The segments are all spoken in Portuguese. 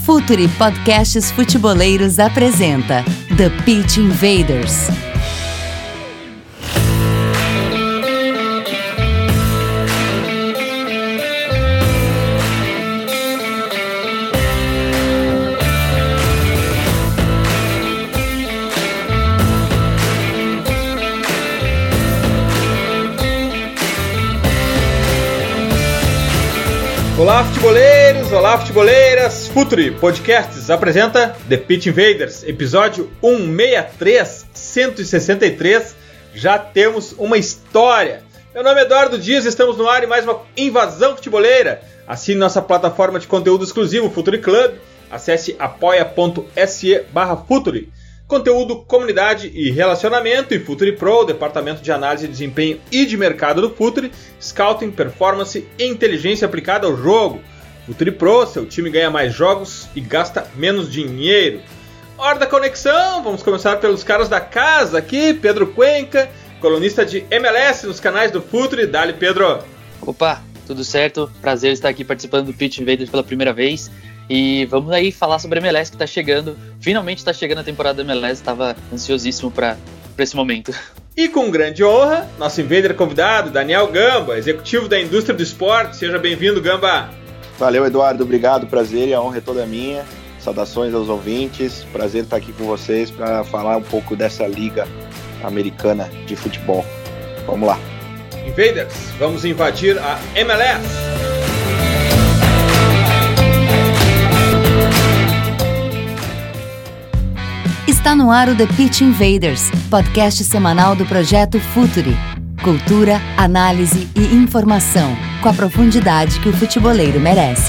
Futuri Podcasts Futeboleiros apresenta The Pitch Invaders. Olá, futeboleiros! Olá, futeboleiras! Futuri Podcasts apresenta The Pitch Invaders, episódio 163, 163. Já temos uma história. Meu nome é Eduardo Dias, estamos no ar em mais uma invasão futeboleira. Assine nossa plataforma de conteúdo exclusivo, Futuri Club. Acesse apoia.se/Futuri. Conteúdo, comunidade e relacionamento e Futuri Pro, departamento de análise de desempenho e de mercado do Futuri, scouting, performance e inteligência aplicada ao jogo. Futuri Pro, seu time ganha mais jogos e gasta menos dinheiro. Hora da conexão, vamos começar pelos caras da casa aqui, Pedro Cuenca, colunista de MLS nos canais do Futuri. Dale, Pedro! Opa, tudo certo? Prazer estar aqui participando do Pitch Invaders pela primeira vez. E vamos aí falar sobre a MLS que está chegando. Finalmente está chegando a temporada da MLS. Estava ansiosíssimo para esse momento. E com grande honra, nosso invader convidado, Daniel Gamba, executivo da indústria do esporte. Seja bem-vindo, Gamba. Valeu, Eduardo. Obrigado, prazer e a honra é toda minha. Saudações aos ouvintes. Prazer estar aqui com vocês para falar um pouco dessa liga americana de futebol. Vamos lá. Invaders, vamos invadir a MLS. Está no ar o The Pitch Invaders, podcast semanal do projeto Futuri. Cultura, análise e informação, com a profundidade que o futeboleiro merece.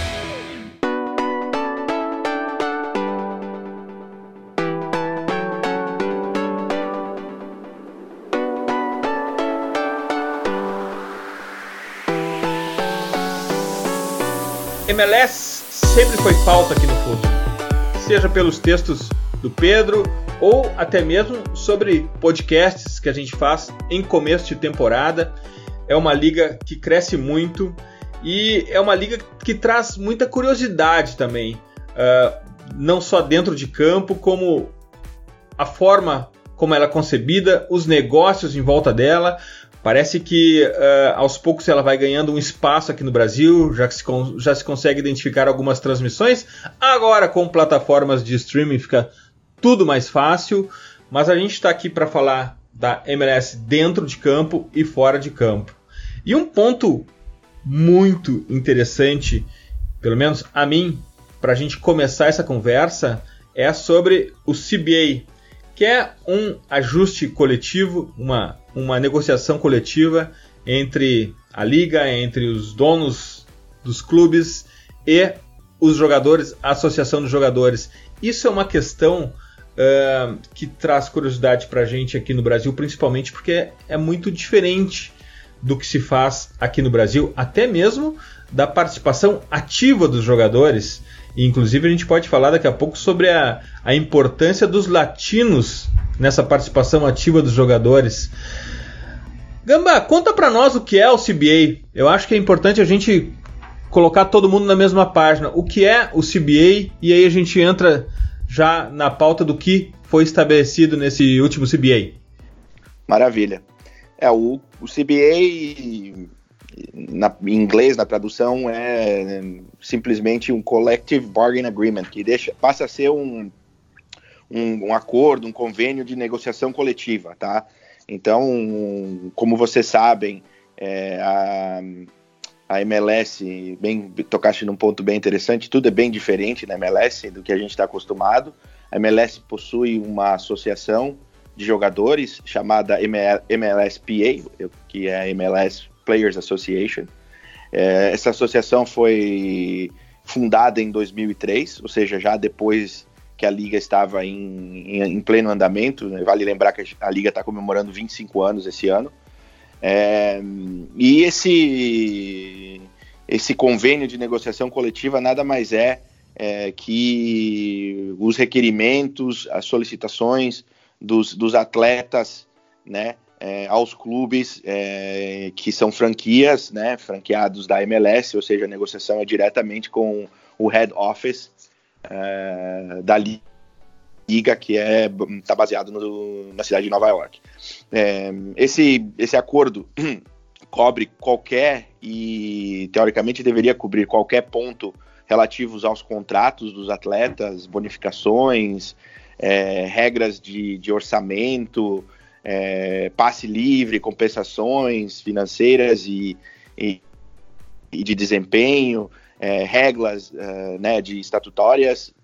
MLS sempre foi pauta aqui no Futuri, seja pelos textos do Pedro, ou até mesmo sobre podcasts que a gente faz em começo de temporada. É uma liga que cresce muito e é uma liga que traz muita curiosidade também, não só dentro de campo, como a forma como ela é concebida, os negócios em volta dela. Parece que aos poucos ela vai ganhando um espaço aqui no Brasil, já se consegue identificar algumas transmissões. Agora com plataformas de streaming fica tudo mais fácil, mas a gente está aqui para falar da MLS dentro de campo e fora de campo. E um ponto muito interessante, pelo menos a mim, para a gente começar essa conversa, é sobre o CBA, que é um ajuste coletivo, uma negociação coletiva entre a liga, entre os donos dos clubes e os jogadores, a associação dos jogadores. Isso é uma questão que traz curiosidade para a gente aqui no Brasil, principalmente porque é muito diferente do que se faz aqui no Brasil, até mesmo da participação ativa dos jogadores. E, inclusive, a gente pode falar daqui a pouco sobre a importância dos latinos nessa participação ativa dos jogadores. Gamba, conta para nós o que é o CBA. Eu acho que é importante a gente colocar todo mundo na mesma página. O que é o CBA? E aí a gente entra já na pauta do que foi estabelecido nesse último CBA. Maravilha. O CBA, em inglês, na tradução, é simplesmente um Collective Bargaining Agreement, que passa a ser um acordo, um convênio de negociação coletiva, tá? Então, como vocês sabem, a MLS, tocaste num ponto bem interessante, tudo é bem diferente na MLS do que a gente está acostumado. A MLS possui uma associação de jogadores chamada MLSPA, que é a MLS Players Association. Essa associação foi fundada em 2003, ou seja, já depois que a Liga estava em pleno andamento. Vale lembrar que a Liga está comemorando 25 anos esse ano. E esse convênio de negociação coletiva nada mais é que os requerimentos, as solicitações dos atletas, né, aos clubes que são franquias, né, franqueados da MLS, ou seja, a negociação é diretamente com o head office da liga, que está baseado na cidade de Nova York. Esse acordo cobre qualquer, e teoricamente deveria cobrir qualquer ponto relativos aos contratos dos atletas, bonificações, regras de orçamento, passe livre, compensações financeiras e de desempenho, regras de estatutórias,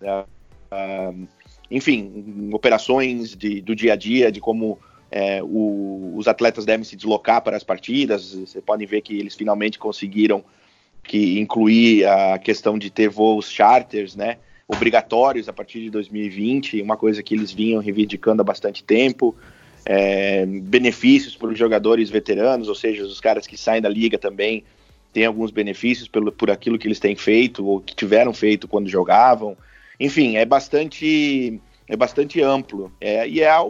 enfim, operações do dia a dia, de como os atletas devem se deslocar para as partidas. Você pode ver que eles finalmente conseguiram incluir a questão de ter voos charters, obrigatórios a partir de 2020, uma coisa que eles vinham reivindicando há bastante tempo. Benefícios para os jogadores veteranos, ou seja, os caras que saem da liga também têm alguns benefícios por aquilo que eles têm feito ou que tiveram feito quando jogavam. Enfim, é bastante amplo, e é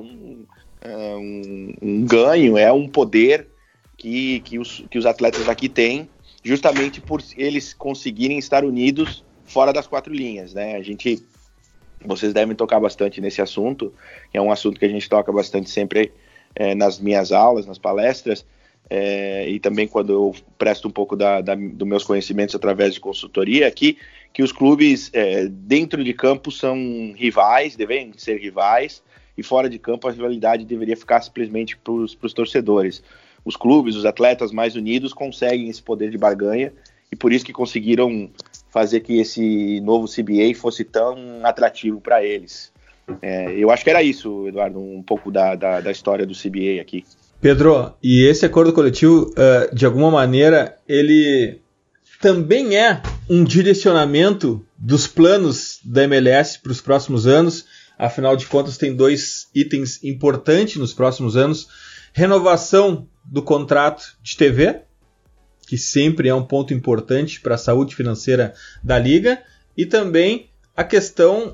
um ganho, é um poder que os atletas aqui têm, justamente por eles conseguirem estar unidos fora das quatro linhas, Vocês devem tocar bastante nesse assunto, que é um assunto que a gente toca bastante sempre nas minhas aulas, nas palestras, e também quando eu presto um pouco dos meus conhecimentos através de consultoria, que os clubes dentro de campo são rivais, devem ser rivais, e fora de campo a rivalidade deveria ficar simplesmente para os torcedores. Os clubes, os atletas mais unidos conseguem esse poder de barganha, e por isso que conseguiram fazer que esse novo CBA fosse tão atrativo para eles. Eu acho que era isso, Eduardo, um pouco da história do CBA aqui. Pedro, e esse acordo coletivo, de alguma maneira, ele também é um direcionamento dos planos da MLS para os próximos anos. Afinal de contas, tem 2 itens importantes nos próximos anos. Renovação do contrato de TV, que sempre é um ponto importante para a saúde financeira da liga, e também a questão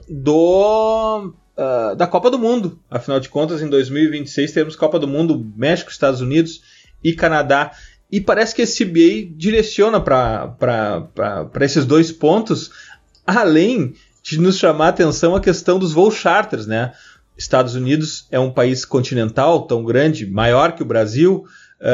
da Copa do Mundo. Afinal de contas, em 2026 teremos Copa do Mundo, México, Estados Unidos e Canadá. E parece que esse CBA direciona para esses 2 pontos, além de nos chamar a atenção a questão dos voos charters, Estados Unidos é um país continental, tão grande, maior que o Brasil,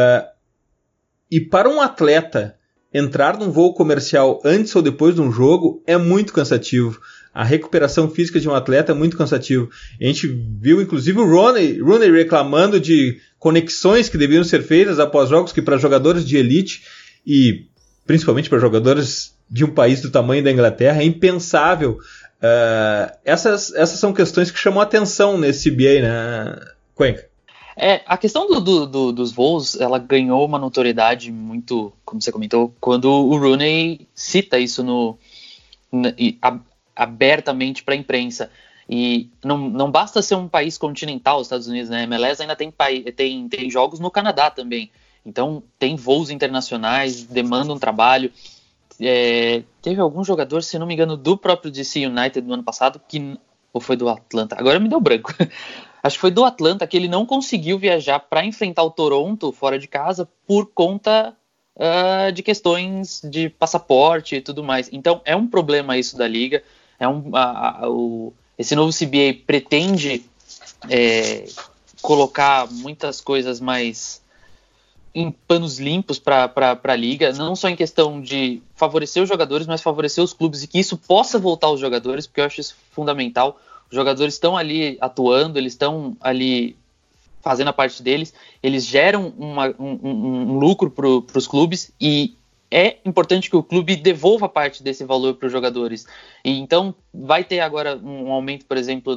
e para um atleta entrar num voo comercial antes ou depois de um jogo é muito cansativo. A recuperação física de um atleta é muito cansativo. A gente viu, inclusive, o Rooney reclamando de conexões que deviam ser feitas após jogos, que para jogadores de elite, e principalmente para jogadores de um país do tamanho da Inglaterra, é impensável. Essas são questões que chamam a atenção nesse CBA, Cuenca? A questão dos voos, ela ganhou uma notoriedade muito, como você comentou, quando o Rooney cita isso abertamente para a imprensa. E não basta ser um país continental, os Estados Unidos, A MLS ainda tem jogos no Canadá também. Então tem voos internacionais, demanda um trabalho. Teve algum jogador, se não me engano, do próprio DC United no ano passado, ou foi do Atlanta? Agora me deu branco. Acho que foi do Atlanta, que ele não conseguiu viajar para enfrentar o Toronto fora de casa por conta de questões de passaporte e tudo mais. Então é um problema isso da liga. Esse novo CBA pretende colocar muitas coisas mais em panos limpos para a liga, não só em questão de favorecer os jogadores, mas favorecer os clubes, e que isso possa voltar aos jogadores, porque eu acho isso fundamental. Os jogadores estão ali atuando, eles estão ali fazendo a parte deles, eles geram um lucro para os clubes, e é importante que o clube devolva parte desse valor para os jogadores. E então vai ter agora um aumento, por exemplo,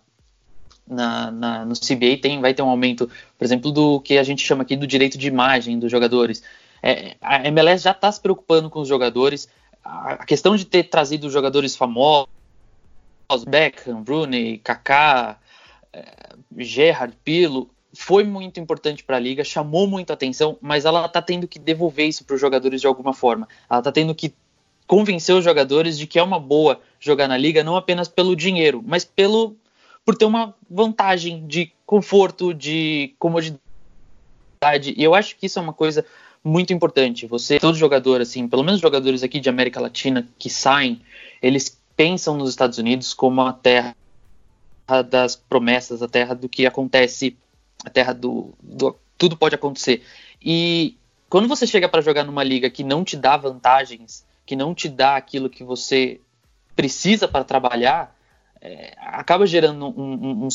no CBA, vai ter um aumento, por exemplo, do que a gente chama aqui do direito de imagem dos jogadores. A MLS já está se preocupando com os jogadores. A questão de ter trazido os jogadores famosos, Beckham, Rooney, Kaká, Gerrard, Pirlo, foi muito importante para a liga, chamou muita atenção, mas ela está tendo que devolver isso para os jogadores de alguma forma. Ela está tendo que convencer os jogadores de que é uma boa jogar na liga, não apenas pelo dinheiro, mas por ter uma vantagem de conforto, de comodidade. E eu acho que isso é uma coisa muito importante. Todo jogador, assim, pelo menos jogadores aqui de América Latina que saem, eles pensam nos Estados Unidos como a terra das promessas, a terra do que acontece, a terra do tudo pode acontecer. E quando você chega para jogar numa liga que não te dá vantagens, que não te dá aquilo que você precisa para trabalhar, acaba gerando uma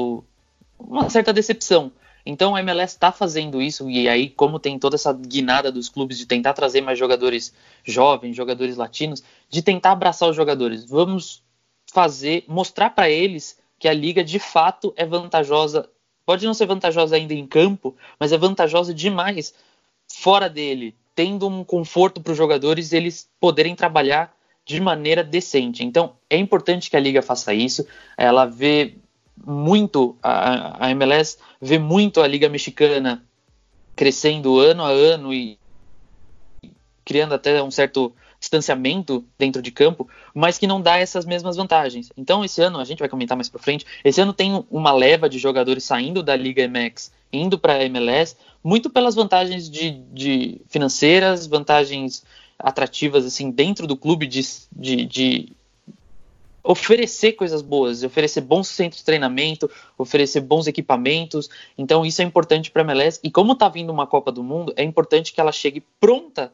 certa decepção. Então a MLS está fazendo isso, e aí como tem toda essa guinada dos clubes de tentar trazer mais jogadores jovens, jogadores latinos, de tentar abraçar os jogadores. Vamos mostrar para eles que a liga de fato é vantajosa. Pode não ser vantajosa ainda em campo, mas é vantajosa demais fora dele, tendo um conforto para os jogadores eles poderem trabalhar de maneira decente. Então é importante que a liga faça isso. Ela vê muito, a MLS vê muito a liga mexicana crescendo ano a ano e criando até um certo distanciamento dentro de campo, mas que não dá essas mesmas vantagens. Então esse ano, a gente vai comentar mais pra frente, esse ano tem uma leva de jogadores saindo da Liga MX, indo para a MLS, muito pelas vantagens de financeiras, vantagens atrativas assim dentro do clube de oferecer coisas boas, oferecer bons centros de treinamento, oferecer bons equipamentos. Então isso é importante para a MLS, e como está vindo uma Copa do Mundo, é importante que ela chegue pronta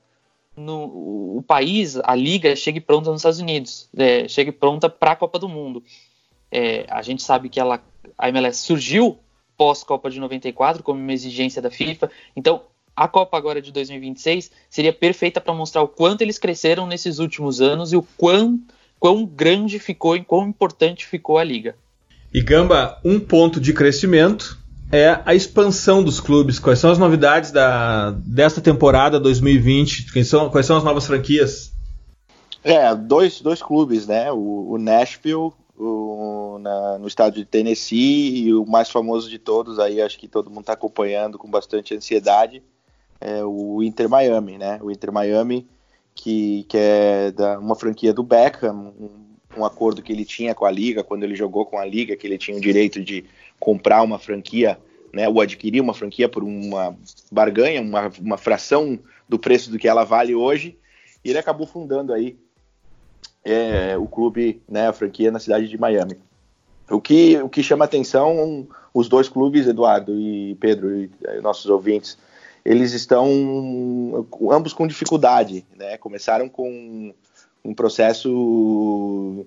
o país, a liga chegue pronta nos Estados Unidos, chegue pronta para a Copa do Mundo. A gente sabe que a MLS surgiu pós-Copa de 94 como uma exigência da FIFA, então a Copa agora de 2026 seria perfeita para mostrar o quanto eles cresceram nesses últimos anos e o quão grande ficou e quão importante ficou a liga. E Gamba, um ponto de crescimento é a expansão dos clubes. Quais são as novidades desta temporada 2020? Quais são as novas franquias? Dois clubes, né? O Nashville, no estado de Tennessee, e o mais famoso de todos, aí acho que todo mundo está acompanhando com bastante ansiedade, é o Inter Miami, né? O Inter Miami, que é uma franquia do Beckham, um acordo que ele tinha com a Liga, quando ele jogou com a Liga, que ele tinha o direito de comprar uma franquia, né, ou adquirir uma franquia por uma barganha, uma fração do preço do que ela vale hoje, e ele acabou fundando aí o clube, né, a franquia na cidade de Miami. O que chama atenção, os dois clubes, Eduardo e Pedro, e nossos ouvintes, eles estão ambos com dificuldade, né? Começaram com um processo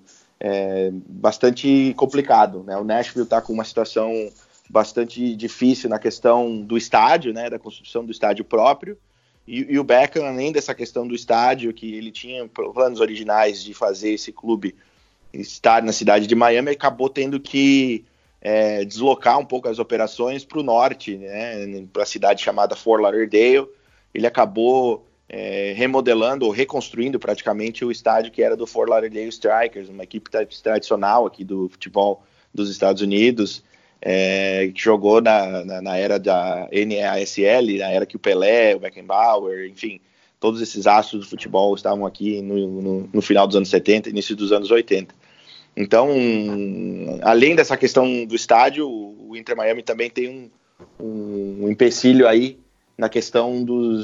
bastante complicado, né? O Nashville está com uma situação bastante difícil na questão do estádio, né? Da construção do estádio próprio, e o Beckham, além dessa questão do estádio, que ele tinha planos originais de fazer esse clube estar na cidade de Miami, acabou tendo que deslocar um pouco as operações para o norte, né, para a cidade chamada Fort Lauderdale. Ele acabou remodelando ou reconstruindo praticamente o estádio que era do Fort Lauderdale Strikers, uma equipe tradicional aqui do futebol dos Estados Unidos, que jogou na era da NASL, na era que o Pelé, o Beckenbauer, enfim, todos esses astros do futebol estavam aqui no final dos anos 70, início dos anos 80. Então, além dessa questão do estádio, o Inter Miami também tem um empecilho aí na questão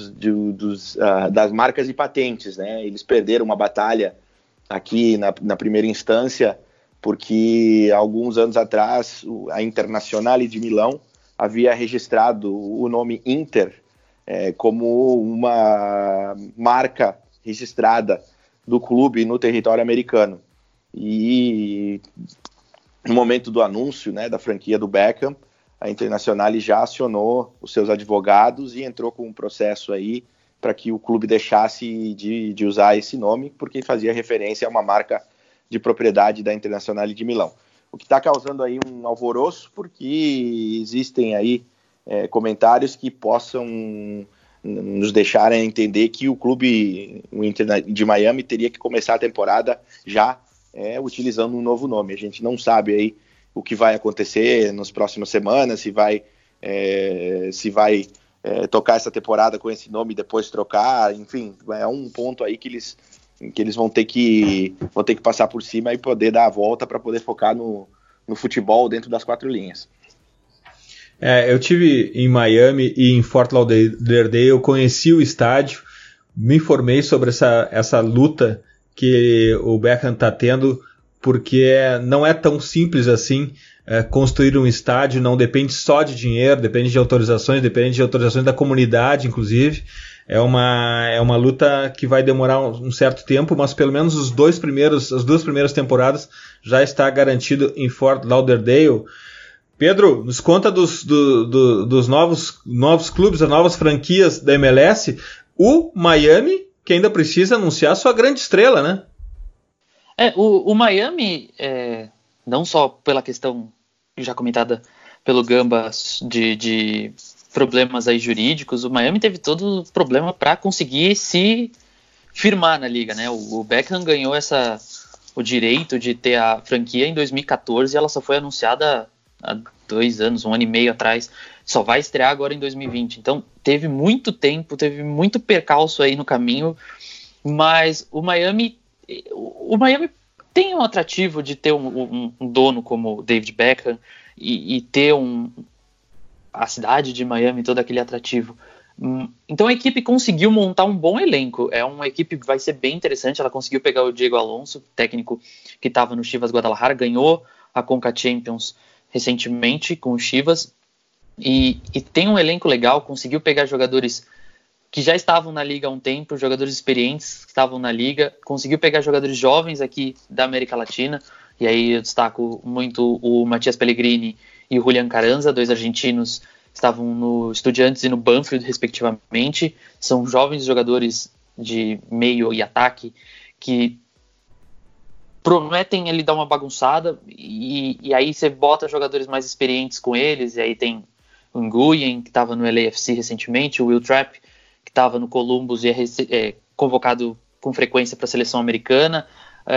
das marcas e patentes, né? Eles perderam uma batalha aqui na primeira instância, porque alguns anos atrás a Internazionale de Milão havia registrado o nome Inter como uma marca registrada do clube no território americano. E no momento do anúncio, né, da franquia do Beckham, a Internazionale já acionou os seus advogados e entrou com um processo aí para que o clube deixasse de usar esse nome, porque fazia referência a uma marca de propriedade da Internazionale de Milão. O que está causando aí um alvoroço, porque existem aí comentários que possam nos deixarem entender que o clube, o Inter de Miami, teria que começar a temporada já utilizando um novo nome. A gente não sabe aí o que vai acontecer nas próximas semanas, se vai tocar essa temporada com esse nome e depois trocar, enfim, é um ponto aí que eles vão ter que passar por cima e poder dar a volta para poder focar no futebol dentro das quatro linhas. Eu tive em Miami e em Fort Lauderdale, eu conheci o estádio, me informei sobre essa luta que o Beckham está tendo, porque não é tão simples assim construir um estádio, não depende só de dinheiro, depende de autorizações da comunidade, inclusive. É uma luta que vai demorar um certo tempo, mas pelo menos as duas primeiras temporadas já está garantido em Fort Lauderdale. Pedro, nos conta dos novos clubes, das novas franquias da MLS, o Miami, que ainda precisa anunciar sua grande estrela, né? O Miami, não só pela questão já comentada pelo Gamba de problemas aí jurídicos, o Miami teve todo o problema para conseguir se firmar na liga, né? O Beckham ganhou o direito de ter a franquia em 2014 e ela só foi anunciada há 2 anos, 1 ano e meio atrás, só vai estrear agora em 2020. Então teve muito tempo, teve muito percalço aí no caminho, mas o Miami tem um atrativo de ter um dono como o David Beckham e ter a cidade de Miami, todo aquele atrativo. Então a equipe conseguiu montar um bom elenco. É uma equipe que vai ser bem interessante. Ela conseguiu pegar o Diego Alonso, técnico que estava no Chivas Guadalajara, ganhou a Conca Champions recentemente com o Chivas e tem um elenco legal. Conseguiu pegar jogadores que já estavam na liga há um tempo, jogadores experientes que estavam na liga, conseguiu pegar jogadores jovens aqui da América Latina, e aí eu destaco muito o Matias Pellegrini e o Julián Carranza, 2 argentinos, estavam no Estudiantes e no Banfield, respectivamente. São jovens jogadores de meio e ataque que prometem ele dar uma bagunçada, e aí você bota jogadores mais experientes com eles, e aí tem o Nguyen, que estava no LAFC recentemente, o Will Trapp, que estava no Columbus e é convocado com frequência para a seleção americana.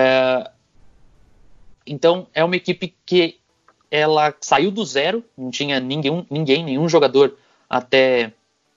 Então é uma equipe que ela saiu do zero, não tinha nenhum jogador até,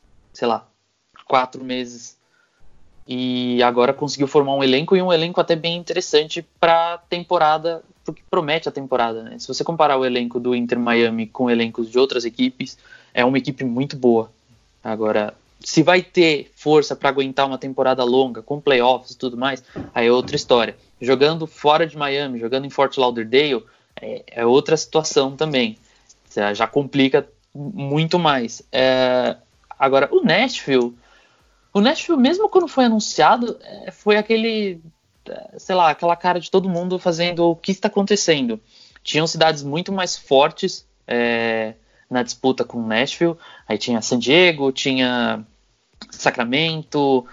4 meses, e agora conseguiu formar um elenco, e um elenco até bem interessante para a temporada, porque promete a temporada, né? Se você comparar o elenco do Inter Miami com elencos de outras equipes, é uma equipe muito boa. Agora, se vai ter força para aguentar uma temporada longa, com playoffs e tudo mais, aí é outra história. Jogando fora de Miami, jogando em Fort Lauderdale, é outra situação também. Já complica muito mais. Agora, o Nashville, mesmo quando foi anunciado, foi aquela cara de todo mundo fazendo o que está acontecendo. Tinham cidades muito mais fortes na disputa com o Nashville. Aí tinha San Diego, tinha Sacramento,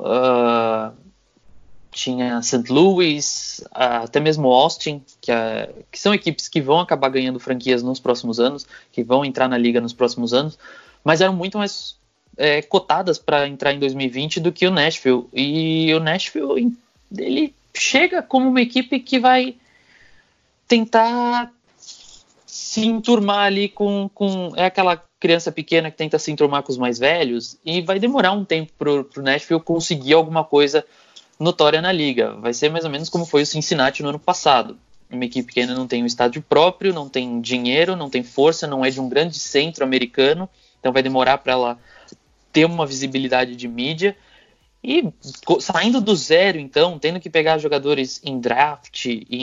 tinha St. Louis, até mesmo Austin, que são equipes que vão acabar ganhando franquias nos próximos anos, que vão entrar na liga nos próximos anos, mas eram muito mais cotadas para entrar em 2020 do que o Nashville. E o Nashville, ele chega como uma equipe que vai tentar se enturmar ali é aquela criança pequena que tenta se enturmar com os mais velhos, e vai demorar um tempo pro Nashville conseguir alguma coisa notória na liga. Vai ser mais ou menos como foi o Cincinnati no ano passado. Uma equipe que ainda não tem um estádio próprio, não tem dinheiro, não tem força, não é de um grande centro americano, então vai demorar para ela ter uma visibilidade de mídia, e saindo do zero, então, tendo que pegar jogadores em draft,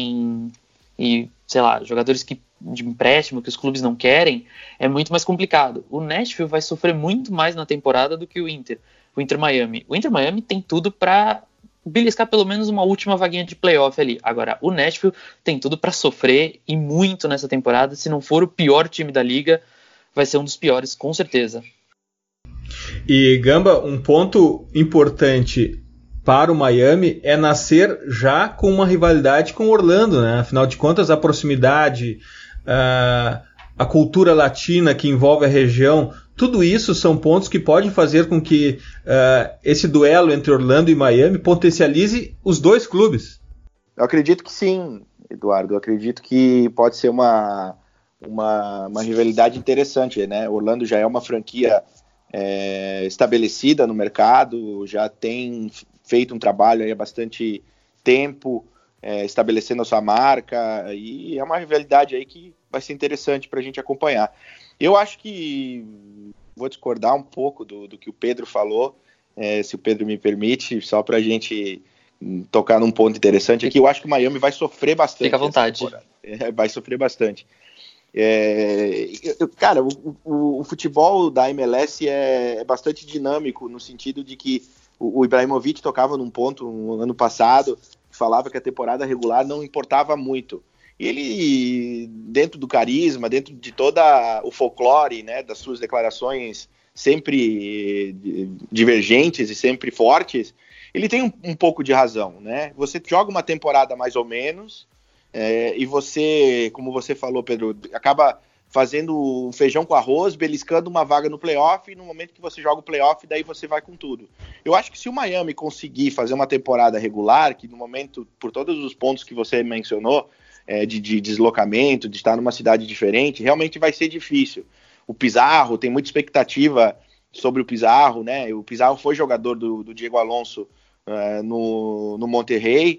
jogadores de empréstimo que os clubes não querem, é muito mais complicado. O Nashville vai sofrer muito mais na temporada do que o Inter Miami. O Inter Miami tem tudo para beliscar pelo menos uma última vaguinha de playoff ali. Agora, o Nashville tem tudo para sofrer, e muito, nessa temporada. Se não for o pior time da liga, vai ser um dos piores, com certeza. E, Gamba, um ponto importante para o Miami é nascer já com uma rivalidade com o Orlando, né? Afinal de contas, a proximidade, a cultura latina que envolve a região, tudo isso são pontos que podem fazer com que esse duelo entre Orlando e Miami potencialize os dois clubes. Eu acredito que sim, Eduardo. Eu acredito que pode ser uma rivalidade interessante, né? Orlando já é uma franquia estabelecida no mercado, já tem feito um trabalho aí há bastante tempo, estabelecendo a sua marca, e é uma rivalidade aí que vai ser interessante para a gente acompanhar. Eu acho que vou discordar um pouco do que o Pedro falou, se o Pedro me permite, só para a gente tocar num ponto interessante aqui. Eu acho que o Miami vai sofrer bastante. Fica à vontade. Vai sofrer bastante. Cara, o futebol da MLS é bastante dinâmico, no sentido de que o Ibrahimovic tocava num ponto no ano passado, falava que a temporada regular não importava muito. E ele, dentro do carisma, dentro de todo o folclore, né, das suas declarações sempre divergentes e sempre fortes, ele tem um pouco de razão, né? Você joga uma temporada mais ou menos, e você, como você falou, Pedro, acaba fazendo feijão com arroz, beliscando uma vaga no playoff, e no momento que você joga o playoff, daí você vai com tudo. Eu acho que se o Miami conseguir fazer uma temporada regular, que no momento, por todos os pontos que você mencionou, de deslocamento, de estar numa cidade diferente, realmente vai ser difícil. O Pizarro, tem muita expectativa sobre o Pizarro, né? O Pizarro foi jogador do Diego Alonso no Monterrey.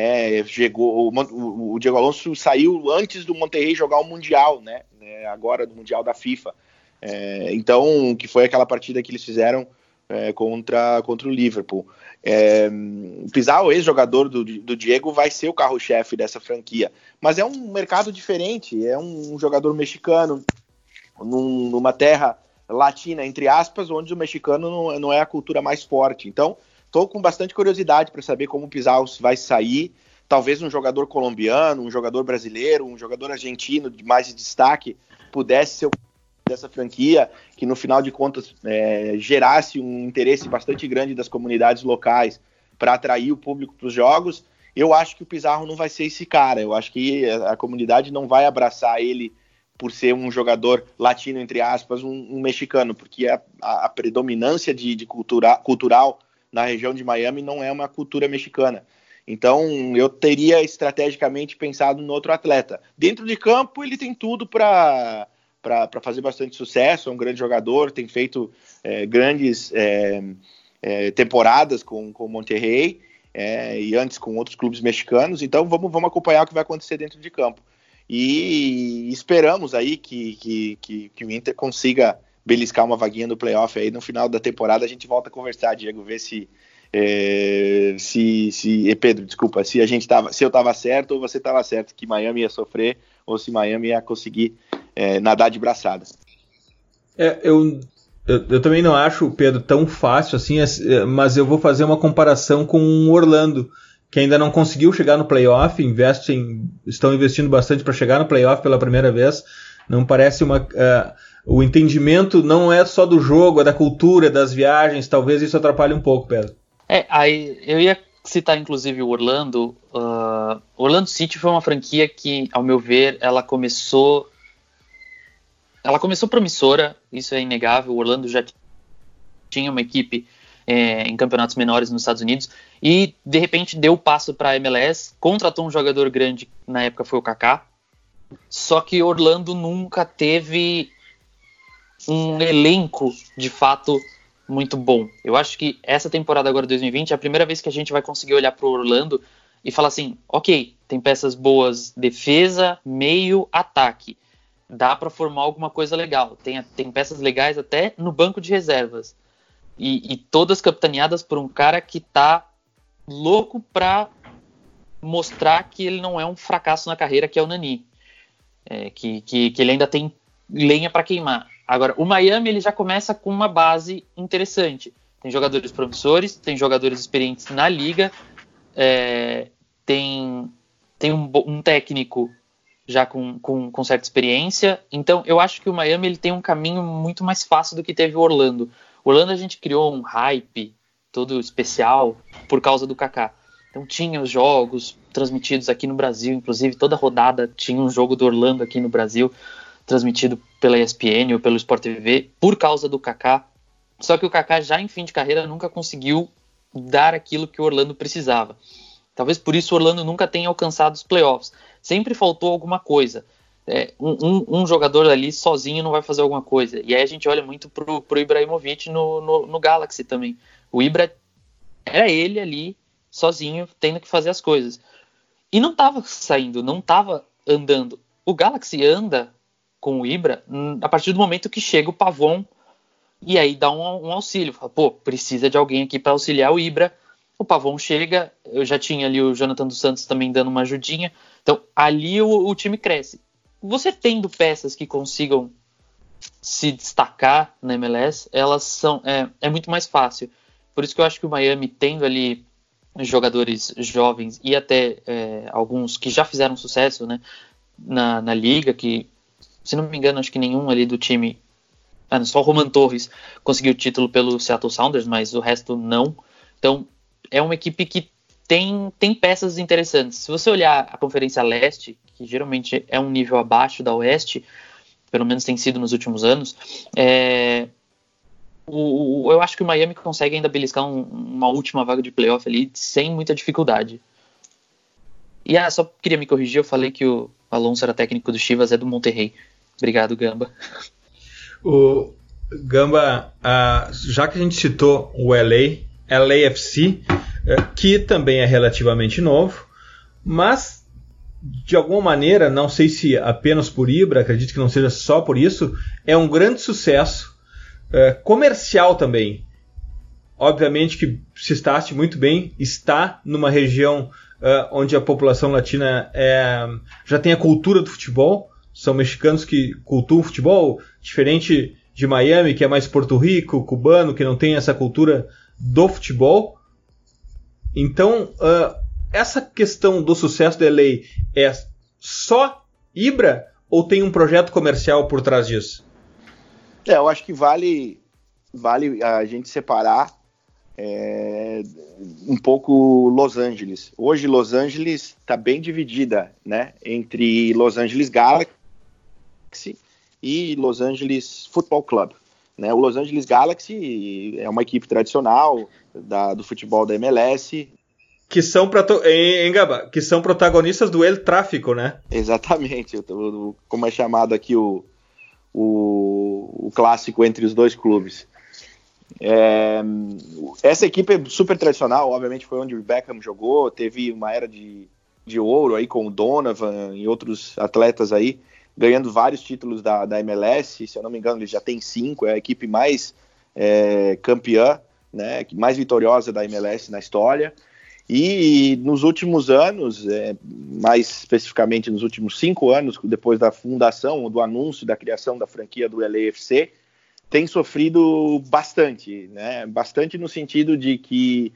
O Diego Alonso saiu antes do Monterrey jogar o Mundial, né? Agora do Mundial da FIFA. Então, que foi aquela partida que eles fizeram contra o Liverpool. O Pizarro, ex-jogador do Diego, vai ser o carro-chefe dessa franquia. Mas é um mercado diferente, é um jogador mexicano, numa terra latina, entre aspas, onde o mexicano não é a cultura mais forte. Então, estou com bastante curiosidade para saber como o Pizarro vai sair. Talvez um jogador colombiano, um jogador brasileiro, um jogador argentino de mais destaque pudesse ser o dessa franquia, que no final de contas gerasse um interesse bastante grande das comunidades locais para atrair o público para os jogos. Eu acho que o Pizarro não vai ser esse cara. Eu acho que a comunidade não vai abraçar ele por ser um jogador latino, entre aspas, um mexicano, porque a predominância de cultural na região de Miami não é uma cultura mexicana. Então, eu teria estrategicamente pensado no outro atleta. Dentro de campo, ele tem tudo para fazer bastante sucesso, é um grande jogador, tem feito grandes temporadas com o Monterrey, e antes com outros clubes mexicanos. Então, vamos acompanhar o que vai acontecer dentro de campo. E esperamos aí que o Inter consiga beliscar uma vaguinha no playoff aí no final da temporada. A gente volta a conversar, Diego, ver se Pedro, desculpa, se eu estava certo ou você estava certo, que Miami ia sofrer ou se Miami ia conseguir nadar de braçada. Eu também não acho, Pedro, tão fácil assim, mas eu vou fazer uma comparação com o Orlando, que ainda não conseguiu chegar no playoff, estão investindo bastante para chegar no playoff pela primeira vez. Não parece o entendimento não é só do jogo, é da cultura, das viagens. Talvez isso atrapalhe um pouco, Pedro. Aí eu ia citar inclusive o Orlando. Orlando City foi uma franquia que, ao meu ver, ela começou promissora, isso é inegável. O Orlando já tinha uma equipe em campeonatos menores nos Estados Unidos e de repente deu o passo para a MLS, contratou um jogador grande, na época foi o Kaká, só que Orlando nunca teve um elenco de fato muito bom. Eu acho que essa temporada agora de 2020 é a primeira vez que a gente vai conseguir olhar para o Orlando e falar assim, ok, tem peças boas, defesa, meio, ataque, dá para formar alguma coisa legal, tem peças legais até no banco de reservas, e todas capitaneadas por um cara que tá louco para mostrar que ele não é um fracasso na carreira, que é o Nani, que ele ainda tem lenha para queimar. Agora, o Miami ele já começa com uma base interessante. Tem jogadores promissores, tem jogadores experientes na liga, tem um técnico já com certa experiência. Então, eu acho que o Miami ele tem um caminho muito mais fácil do que teve o Orlando. O Orlando a gente criou um hype todo especial por causa do Kaká. Então, tinha os jogos transmitidos aqui no Brasil, inclusive toda rodada tinha um jogo do Orlando aqui no Brasil, transmitido pela ESPN ou pelo Sport TV, por causa do Kaká. Só que o Kaká, já em fim de carreira, nunca conseguiu dar aquilo que o Orlando precisava. Talvez por isso o Orlando nunca tenha alcançado os playoffs. Sempre faltou alguma coisa. Um jogador ali sozinho não vai fazer alguma coisa. E aí a gente olha muito pro Ibrahimovic no Galaxy também. O Ibra era ele ali, sozinho, tendo que fazer as coisas. E não estava saindo, não estava andando. O Galaxy anda com o Ibra a partir do momento que chega o Pavon e aí dá um auxílio. Fala, precisa de alguém aqui para auxiliar o Ibra. o Pavon chega, eu já tinha ali o Jonathan dos Santos também dando uma ajudinha, então ali o time cresce. Você tendo peças que consigam se destacar na MLS, elas são é muito mais fácil. Por isso que eu acho que o Miami, tendo ali jogadores jovens e até alguns que já fizeram sucesso, né, na liga, que, se não me engano, acho que nenhum ali do time, só o Roman Torres conseguiu o título pelo Seattle Sounders, mas o resto não. Então, é uma equipe que tem peças interessantes. Se você olhar a Conferência Leste, que geralmente é um nível abaixo da Oeste, pelo menos tem sido nos últimos anos, eu acho que o Miami consegue ainda beliscar uma última vaga de playoff ali sem muita dificuldade. E só queria me corrigir, eu falei que o Alonso era técnico do Chivas, é do Monterrey. Obrigado, Gamba. O Gamba, já que a gente citou o LAFC, que também é relativamente novo, mas de alguma maneira, não sei se apenas por Ibra, acredito que não seja só por isso, é um grande sucesso comercial também. Obviamente que se está muito bem, está numa região onde a população latina já tem a cultura do futebol, são mexicanos que cultuam o futebol, diferente de Miami, que é mais Porto Rico, cubano, que não tem essa cultura do futebol. Então, essa questão do sucesso da LA é só Ibra ou tem um projeto comercial por trás disso? Eu acho que vale a gente separar um pouco Los Angeles. Hoje Los Angeles está bem dividida, né, entre Los Angeles Galaxy e Los Angeles Football Club. Né? O Los Angeles Galaxy é uma equipe tradicional do futebol da MLS, que são protagonistas do El Tráfico, né? Exatamente, como é chamado aqui o clássico entre os dois clubes. Essa equipe é super tradicional, obviamente foi onde o Beckham jogou, teve uma era de ouro aí com o Donovan e outros atletas aí, ganhando vários títulos da MLS, se eu não me engano ele já tem 5, é a equipe mais campeã, né, mais vitoriosa da MLS na história. E nos últimos anos, mais especificamente nos últimos 5 anos, depois da fundação, do anúncio da criação da franquia do LAFC, tem sofrido bastante, né? Bastante no sentido de que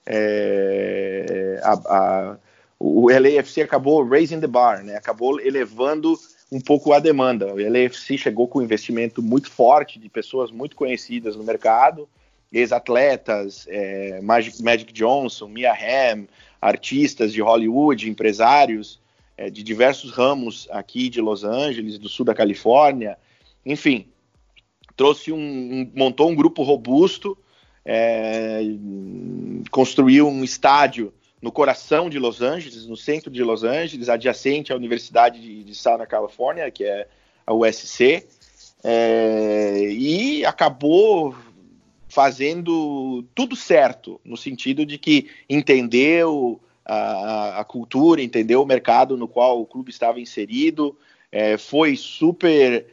o LAFC acabou raising the bar, né? Acabou elevando um pouco a demanda. O LAFC chegou com um investimento muito forte de pessoas muito conhecidas no mercado, ex-atletas, Magic Johnson, Mia Hamm, artistas de Hollywood, empresários de diversos ramos aqui de Los Angeles, do sul da Califórnia, enfim, montou um grupo robusto, construiu um estádio no coração de Los Angeles, no centro de Los Angeles, adjacente à Universidade de Southern California, que é a USC, e acabou fazendo tudo certo, no sentido de que entendeu a cultura, entendeu o mercado no qual o clube estava inserido, foi super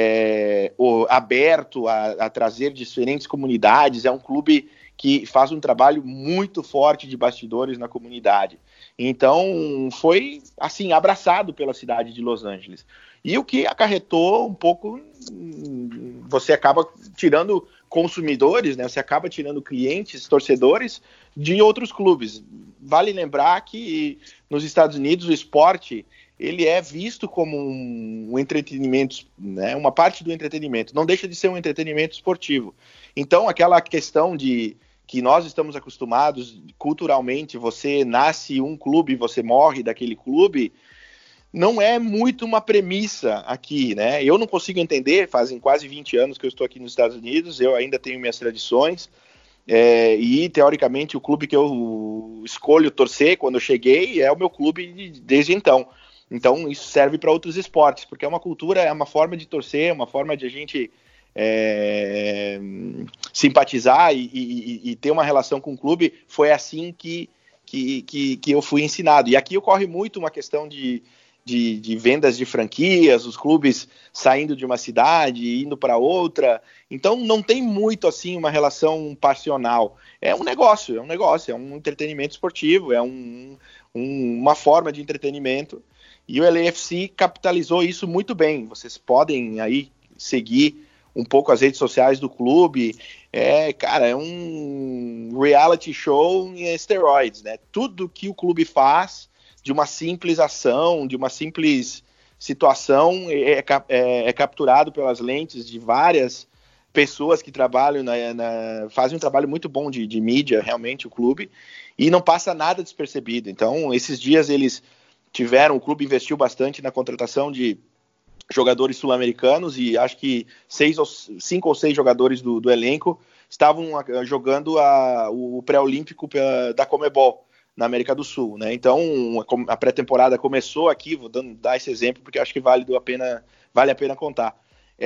aberto a trazer diferentes comunidades, é um clube que faz um trabalho muito forte de bastidores na comunidade. Então, foi, assim, abraçado pela cidade de Los Angeles. E o que acarretou um pouco, você acaba tirando consumidores, né? Você acaba tirando clientes, torcedores de outros clubes. Vale lembrar que nos Estados Unidos o esporte ele é visto como um entretenimento, né? Uma parte do entretenimento, não deixa de ser um entretenimento esportivo. Então aquela questão de que nós estamos acostumados culturalmente, você nasce um clube, você morre daquele clube, não é muito uma premissa aqui, né? Eu não consigo entender, fazem quase 20 anos que eu estou aqui nos Estados Unidos, eu ainda tenho minhas tradições, e teoricamente o clube que eu escolho torcer quando eu cheguei é o meu clube desde então. Então isso serve para outros esportes, porque é uma cultura, é uma forma de torcer, é uma forma de a gente simpatizar e ter uma relação com o clube. Foi assim que eu fui ensinado. E aqui ocorre muito uma questão de de vendas de franquias, os clubes saindo de uma cidade e indo para outra. Então não tem muito assim uma relação passional. É um negócio, é um entretenimento esportivo, é uma forma de entretenimento. E o LAFC capitalizou isso muito bem. Vocês podem aí seguir um pouco as redes sociais do clube. É um reality show em esteroides, né? Tudo que o clube faz, de uma simples ação, de uma simples situação, é capturado pelas lentes de várias pessoas que trabalham, fazem um trabalho muito bom de mídia, realmente, o clube, e não passa nada despercebido. Então, esses dias o clube investiu bastante na contratação de jogadores sul-americanos, e acho que 5 ou 6 jogadores do elenco estavam jogando o pré-olímpico da Conmebol na América do Sul, né? Então a pré-temporada começou aqui, vou dar esse exemplo porque acho que vale a pena contar.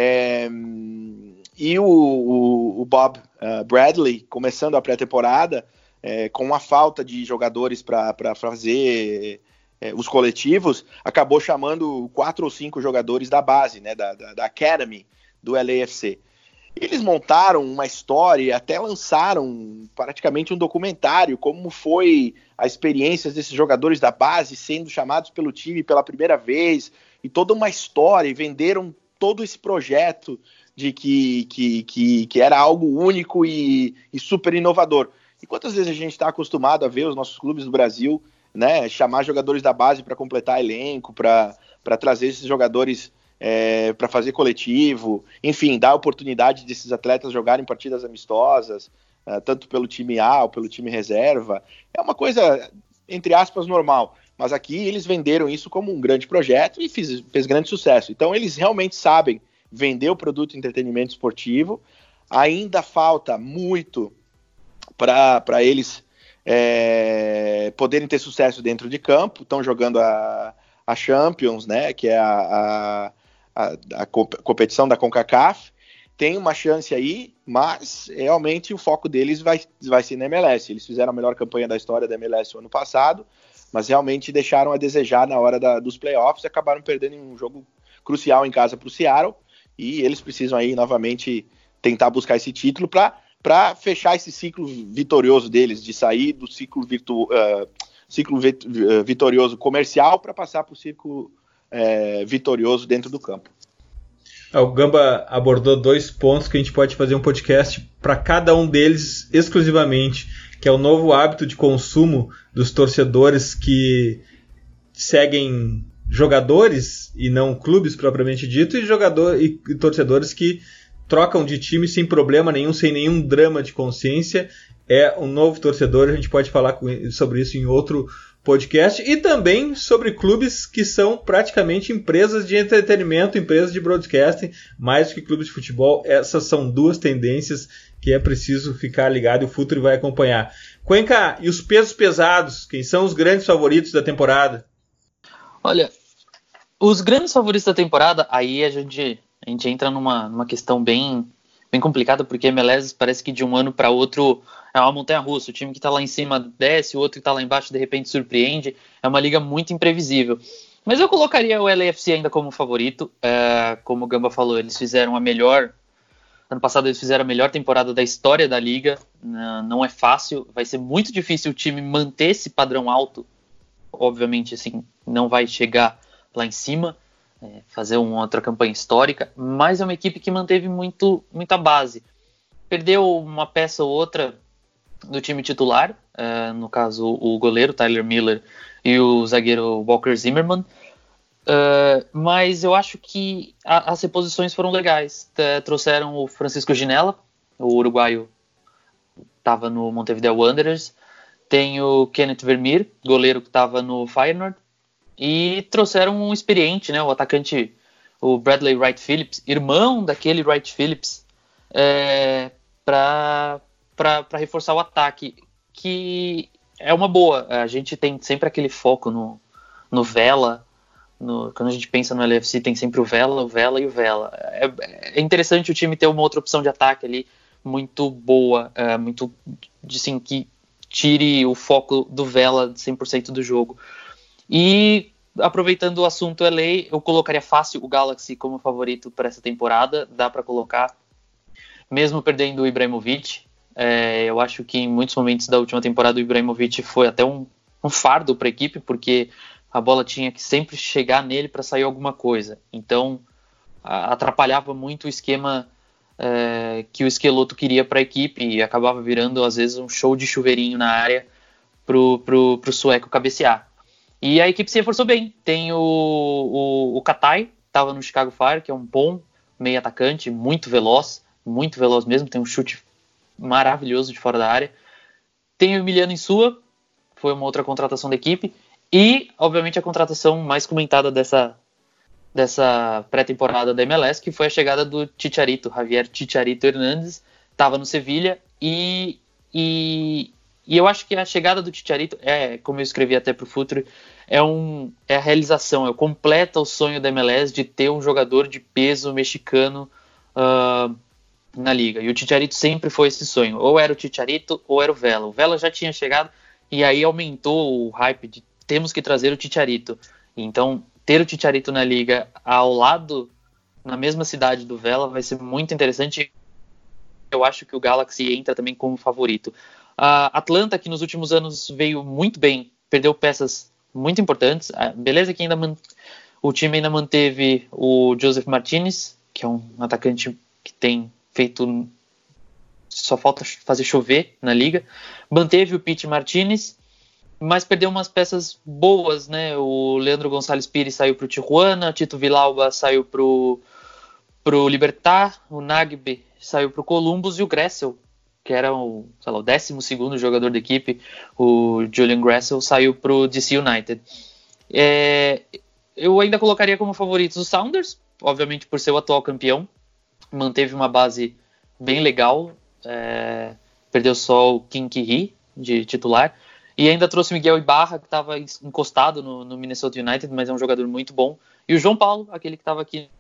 E o Bob Bradley, começando a pré-temporada, com a falta de jogadores para fazer os coletivos, acabou chamando 4 ou 5 jogadores da base, né, da Academy do LAFC. Eles montaram uma história e até lançaram praticamente um documentário, como foi a experiência desses jogadores da base sendo chamados pelo time pela primeira vez, e toda uma história, e venderam todo esse projeto de que era algo único e super inovador. E quantas vezes a gente está acostumado a ver os nossos clubes do Brasil, né, chamar jogadores da base para completar elenco, para trazer esses jogadores para fazer coletivo, enfim, dar a oportunidade desses atletas jogarem partidas amistosas, tanto pelo time A ou pelo time reserva. É uma coisa, entre aspas, normal, mas aqui eles venderam isso como um grande projeto e fez grande sucesso. Então eles realmente sabem vender o produto de entretenimento esportivo. Ainda falta muito para eles poderem ter sucesso dentro de campo. Estão jogando a Champions, né, que é a competição da CONCACAF. Tem uma chance aí, mas realmente o foco deles vai ser na MLS. Eles fizeram a melhor campanha da história da MLS no ano passado, mas realmente deixaram a desejar na hora dos playoffs e acabaram perdendo em um jogo crucial em casa para o Seattle, e eles precisam aí novamente tentar buscar esse título para fechar esse ciclo vitorioso deles, de sair do ciclo vitorioso comercial para passar para o ciclo vitorioso dentro do campo. O Gamba abordou 2 pontos que a gente pode fazer um podcast para cada um deles exclusivamente, que é o novo hábito de consumo dos torcedores que seguem jogadores e não clubes propriamente dito, e torcedores que trocam de time sem problema nenhum, sem nenhum drama de consciência. É um novo torcedor, a gente pode falar sobre isso em outro podcast, e também sobre clubes que são praticamente empresas de entretenimento, empresas de broadcasting, mais do que clubes de futebol. Essas são 2 tendências que é preciso ficar ligado e o Futuri vai acompanhar. Cuenca, e os pesos pesados? Quem são os grandes favoritos da temporada? Olha, os grandes favoritos da temporada, aí a gente entra numa questão bem complicada, porque a MLS parece que de um ano para outro é uma montanha-russa. O time que está lá em cima desce, o outro que está lá embaixo de repente surpreende. É uma liga muito imprevisível. Mas eu colocaria o LAFC ainda como favorito. Como o Gamba falou, eles fizeram a melhor... Ano passado eles fizeram a melhor temporada da história da liga. Não é fácil, vai ser muito difícil o time manter esse padrão alto. Obviamente, assim, não vai chegar lá em cima, fazer uma outra campanha histórica, mas é uma equipe que manteve muita base. Perdeu uma peça ou outra do time titular, no caso o goleiro Tyler Miller e o zagueiro Walker Zimmerman, mas eu acho que as reposições foram legais. Trouxeram o Francisco Ginella, o uruguaio, estava no Montevideo Wanderers. Tem o Kenneth Vermeer, goleiro que estava no Feyenoord. E trouxeram um experiente, né, o atacante, o Bradley Wright Phillips, irmão daquele Wright Phillips, para reforçar o ataque, que é uma boa. A gente tem sempre aquele foco no Vela. Quando a gente pensa no LAFC, tem sempre o Vela e o Vela. É interessante o time ter uma outra opção de ataque ali, muito boa, muito, assim, que tire o foco do Vela 100% do jogo. E aproveitando o assunto LA, eu colocaria fácil o Galaxy como favorito para essa temporada, dá para colocar, mesmo perdendo o Ibrahimovic. Eu acho que em muitos momentos da última temporada o Ibrahimovic foi até um fardo para a equipe, porque a bola tinha que sempre chegar nele para sair alguma coisa. Então atrapalhava muito o esquema que o Schelotto queria para a equipe e acabava virando às vezes um show de chuveirinho na área pro sueco cabecear. E a equipe se reforçou bem. Tem o Katai, estava no Chicago Fire, que é um bom meio atacante, muito veloz mesmo, tem um chute maravilhoso de fora da área. Tem o Emiliano Insua, foi uma outra contratação da equipe, e obviamente a contratação mais comentada dessa pré-temporada da MLS, que foi a chegada do Chicharito, Javier Chicharito Hernández, estava no Sevilha, e eu acho que a chegada do Chicharito, como eu escrevi até pro Futuri, é a realização, completa o sonho da MLS de ter um jogador de peso mexicano na liga. E o Chicharito sempre foi esse sonho. Ou era o Chicharito ou era o Vela. O Vela já tinha chegado e aí aumentou o hype de temos que trazer o Chicharito. Então, ter o Chicharito na liga ao lado, na mesma cidade do Vela, vai ser muito interessante. Eu acho que o Galaxy entra também como favorito. A Atlanta, que nos últimos anos veio muito bem, perdeu peças muito importantes. Beleza que o time ainda manteve o Joseph Martinez, que é um atacante que tem feito... Só falta fazer chover na liga. Manteve o Pete Martinez, mas perdeu umas peças boas, né? O Leandro Gonçalves Pires saiu para o Tijuana, Tito Villalba saiu para o Libertad, o Nagbe saiu para o Columbus e o Gressel, que era o 12º jogador da equipe, o Julian Gressel, saiu para o DC United. Eu ainda colocaria como favoritos os Sounders, obviamente por ser o atual campeão, manteve uma base bem legal, perdeu só o Kim Ki-hee de titular, e ainda trouxe o Miguel Ibarra, que estava encostado no Minnesota United, mas é um jogador muito bom, e o João Paulo, aquele que estava aqui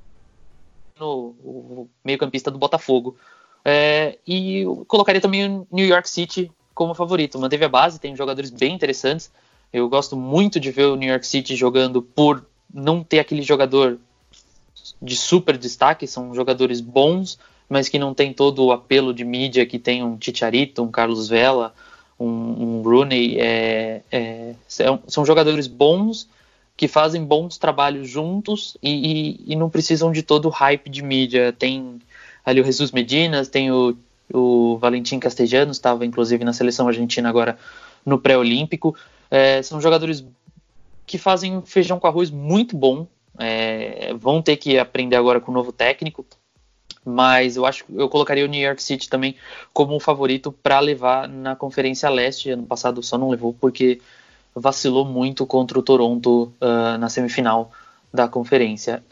o meio-campista do Botafogo. E eu colocaria também o New York City como favorito. Manteve a base, tem jogadores bem interessantes. Eu gosto muito de ver o New York City jogando por não ter aquele jogador de super destaque. São jogadores bons, mas que não tem todo o apelo de mídia que tem um Chicharito, um Carlos Vela, um Rooney. São jogadores bons que fazem bons trabalhos juntos e não precisam de todo o hype de mídia. Tem ali o Jesus Medinas, tem o Valentim Castellanos, estava inclusive na seleção argentina agora no pré-olímpico. São jogadores que fazem feijão com arroz muito bom. Vão ter que aprender agora com o novo técnico, mas eu colocaria o New York City também como um favorito para levar na Conferência Leste. Ano passado só não levou porque vacilou muito contra o Toronto na semifinal da conferência.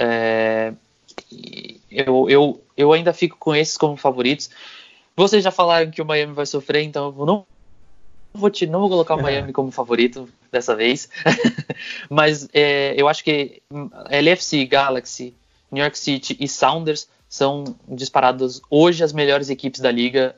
Eu ainda fico com esses como favoritos. Vocês já falaram que o Miami vai sofrer, então eu não vou colocar o Miami como favorito dessa vez. Mas eu acho que LFC, Galaxy, New York City e Sounders são disparadas hoje as melhores equipes da liga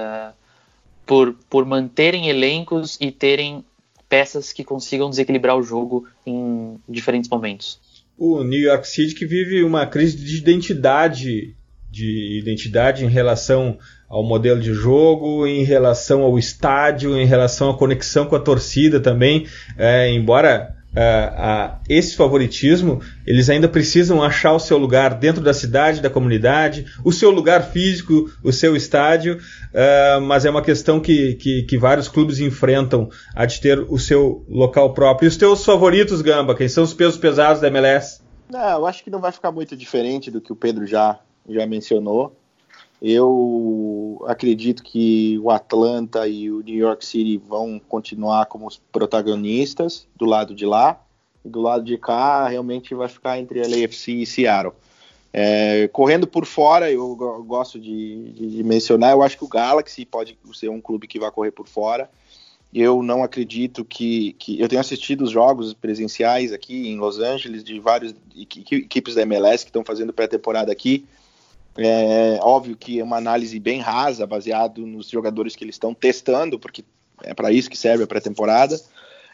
por manterem elencos e terem peças que consigam desequilibrar o jogo em diferentes momentos. O New York City que vive uma crise de identidade em relação ao modelo de jogo, em relação ao estádio, em relação à conexão com a torcida também, embora esse favoritismo, eles ainda precisam achar o seu lugar dentro da cidade, da comunidade, o seu lugar físico, o seu estádio, mas é uma questão que vários clubes enfrentam, a de ter o seu local próprio. E os teus favoritos, Gamba, quem são os pesos pesados da MLS? Eu acho que não vai ficar muito diferente do que o Pedro já mencionou. Eu acredito que o Atlanta e o New York City vão continuar como os protagonistas do lado de lá, e do lado de cá realmente vai ficar entre LAFC e Seattle. Correndo por fora, eu gosto de mencionar, eu acho que o Galaxy pode ser um clube que vai correr por fora. Eu não acredito que eu tenho assistido os jogos presenciais aqui em Los Angeles de várias equipes da MLS que estão fazendo pré-temporada aqui. Óbvio que é uma análise bem rasa, baseado nos jogadores que eles estão testando, porque é para isso que serve a pré-temporada.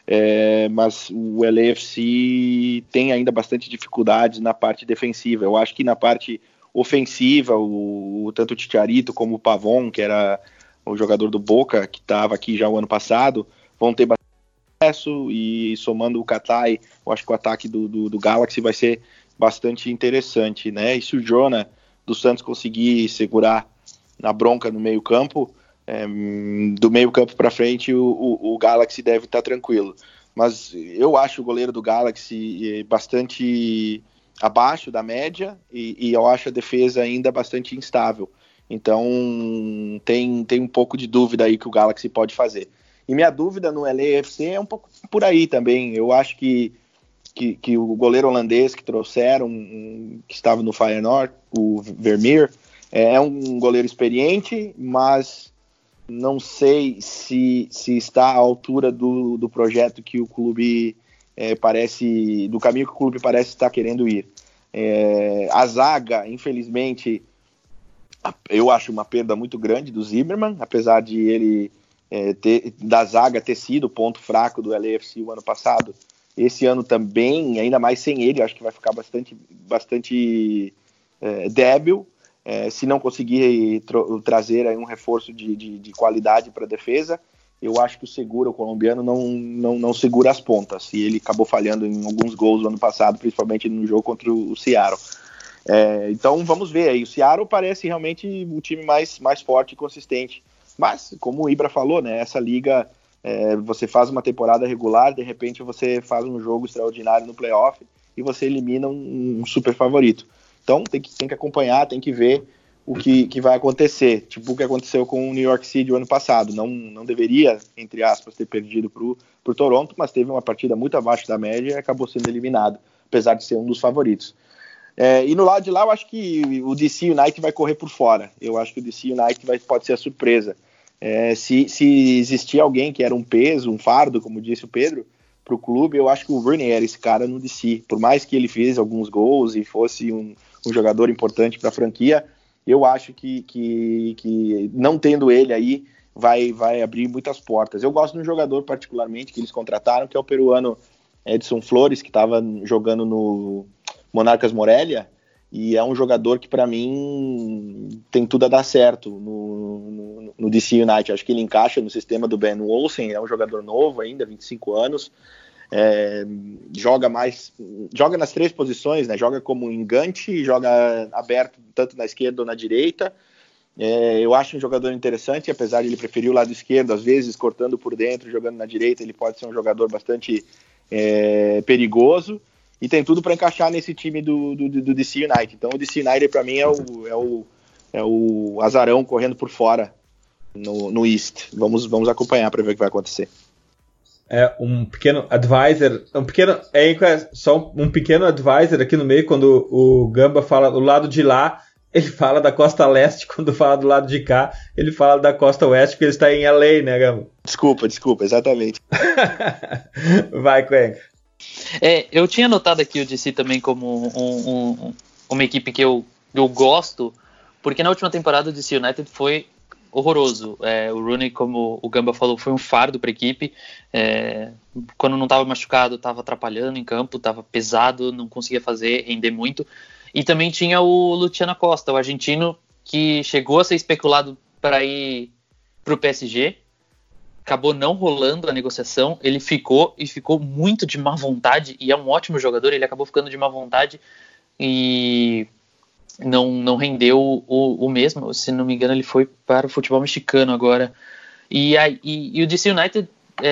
mas o LAFC tem ainda bastante dificuldades na parte defensiva. Eu acho que na parte ofensiva, tanto o Chicharito como o Pavon, que era o jogador do Boca, que estava aqui já o ano passado, vão ter bastante sucesso, e somando o Katai, eu acho que o ataque do Galaxy vai ser bastante interessante, né? E se o Jonah do Santos conseguir segurar na bronca no meio campo, do meio campo para frente o Galaxy deve estar tranquilo. Mas eu acho o goleiro do Galaxy bastante abaixo da média, e eu acho a defesa ainda bastante instável. Então tem um pouco de dúvida aí que o Galaxy pode fazer. E minha dúvida no LAFC é um pouco por aí também. Eu acho que o goleiro holandês que trouxeram, que estava no Feyenoord, o Vermeer, é um goleiro experiente, mas não sei se está à altura do projeto que o clube do caminho que o clube parece estar querendo ir. A zaga, infelizmente, eu acho uma perda muito grande do Zimmermann, apesar de ele da zaga ter sido o ponto fraco do LAFC o ano passado. Esse ano também, ainda mais sem ele, acho que vai ficar bastante débil, se não conseguir trazer aí um reforço de qualidade para a defesa. Eu acho que o colombiano, não segura as pontas, e ele acabou falhando em alguns gols no ano passado, principalmente no jogo contra o Seattle. Então vamos ver aí. O Seattle parece realmente o time mais forte e consistente, mas como o Ibra falou, né, essa liga, você faz uma temporada regular, de repente você faz um jogo extraordinário no playoff e você elimina um super favorito. Então tem que acompanhar, tem que ver o que vai acontecer, tipo o que aconteceu com o New York City o ano passado. Não deveria, entre aspas, ter perdido pro Toronto, mas teve uma partida muito abaixo da média e acabou sendo eliminado, apesar de ser um dos favoritos. E no lado de lá, eu acho que o DC United vai correr por fora. Eu acho que o DC United pode ser a surpresa. Se existir alguém que era um peso, um fardo, como disse o Pedro, para o clube, eu acho que o Rooney era esse cara no DC. Por mais que ele fez alguns gols e fosse um jogador importante para a franquia, eu acho que não tendo ele aí vai abrir muitas portas. Eu gosto de um jogador particularmente que eles contrataram, que é o peruano Edson Flores, que estava jogando no Monarcas Morelia, e é um jogador que para mim tem tudo a dar certo no DC United. Acho que ele encaixa no sistema do Ben Olsen, é um jogador novo ainda, 25 anos, joga nas três posições, né? Joga como engante, joga aberto tanto na esquerda ou na direita. Eu acho um jogador interessante, apesar de ele preferir o lado esquerdo, às vezes cortando por dentro, jogando na direita. Ele pode ser um jogador bastante perigoso, e tem tudo para encaixar nesse time do DC United. Então o DC United para mim é o azarão correndo por fora no East. Vamos acompanhar para ver o que vai acontecer. Um pequeno advisor, só um pequeno advisor aqui no meio. Quando o Gamba fala do lado de lá, ele fala da costa leste. Quando fala do lado de cá, ele fala da costa oeste, porque ele está em LA, né, Gamba? Desculpa, exatamente. Vai, Cuenca. Eu tinha notado aqui o DC também como uma equipe que eu gosto, porque na última temporada o DC United foi horroroso. O Rooney, como o Gamba falou, foi um fardo para a equipe. Quando não estava machucado, estava atrapalhando em campo, estava pesado, não conseguia render muito. E também tinha o Luciano Costa, o argentino, que chegou a ser especulado para ir para o PSG. Acabou não rolando a negociação, ele ficou muito de má vontade, e é um ótimo jogador. Ele acabou ficando de má vontade e não rendeu o mesmo. Se não me engano, ele foi para o futebol mexicano agora. E o DC United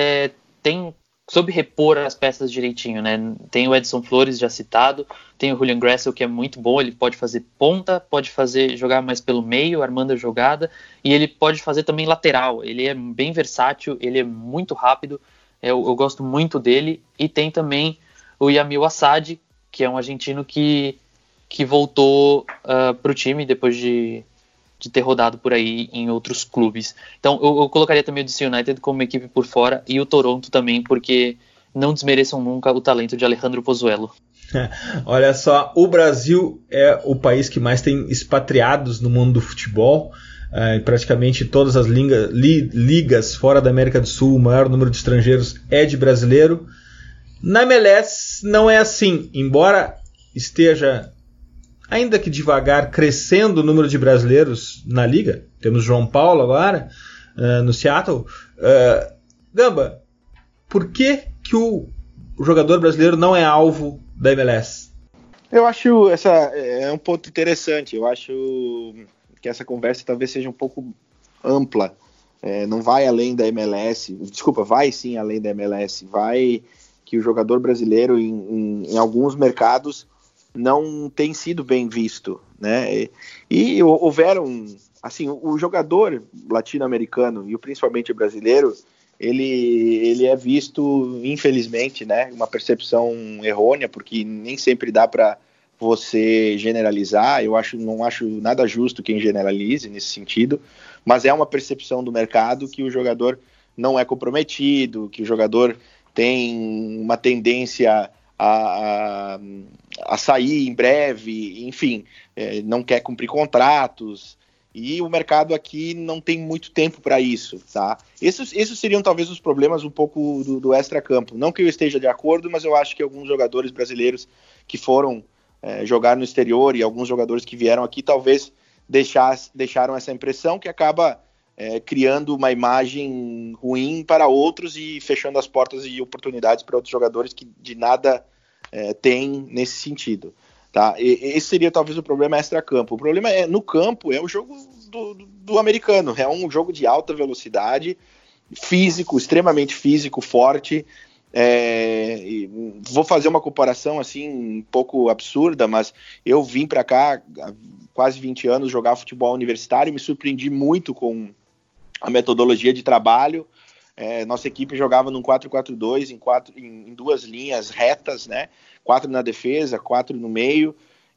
soube repor as peças direitinho, né? Tem o Edson Flores já citado, tem o Julian Gressel, que é muito bom. Ele pode fazer ponta, pode jogar mais pelo meio, armando a jogada, e ele pode fazer também lateral. Ele é bem versátil, ele é muito rápido, eu gosto muito dele. E tem também o Yamil Asad, que é um argentino que voltou para o time depois de ter rodado por aí em outros clubes. Então eu colocaria também o DC United como uma equipe por fora, e o Toronto também, porque não desmereçam nunca o talento de Alejandro Pozuelo. Olha só, o Brasil é o país que mais tem expatriados no mundo do futebol. praticamente todas as ligas fora da América do Sul, o maior número de estrangeiros é de brasileiro. Na MLS não é assim, embora esteja, ainda que devagar, crescendo o número de brasileiros na liga. Temos João Paulo agora, no Seattle. Gamba, por que o jogador brasileiro não é alvo da MLS? Eu acho essa é um ponto interessante. Eu acho que essa conversa talvez seja um pouco ampla. Não vai além da MLS. Desculpa, vai sim além da MLS. Vai que o jogador brasileiro em alguns mercados não tem sido bem visto, né? E houveram, assim, o jogador latino-americano e principalmente o brasileiro, ele é visto, infelizmente, né, uma percepção errônea, porque nem sempre dá para você generalizar. Não acho nada justo quem generalize nesse sentido, mas é uma percepção do mercado que o jogador não é comprometido, que o jogador tem uma tendência a sair em breve, enfim, não quer cumprir contratos, e o mercado aqui não tem muito tempo para isso, tá? Esses seriam talvez os problemas um pouco do extracampo. Não que eu esteja de acordo, mas eu acho que alguns jogadores brasileiros que foram jogar no exterior e alguns jogadores que vieram aqui talvez deixaram essa impressão que acaba criando uma imagem ruim para outros e fechando as portas e oportunidades para outros jogadores que de nada têm nesse sentido. Tá? Esse seria talvez o problema extra-campo. O problema no campo é o jogo do americano. É um jogo de alta velocidade, físico, extremamente físico, forte. Vou fazer uma comparação assim um pouco absurda, mas eu vim para cá há quase 20 anos jogar futebol universitário e me surpreendi muito com a metodologia de trabalho. Nossa equipe jogava num 4-4-2 em duas linhas retas, né? 4 na defesa, 4 no meio,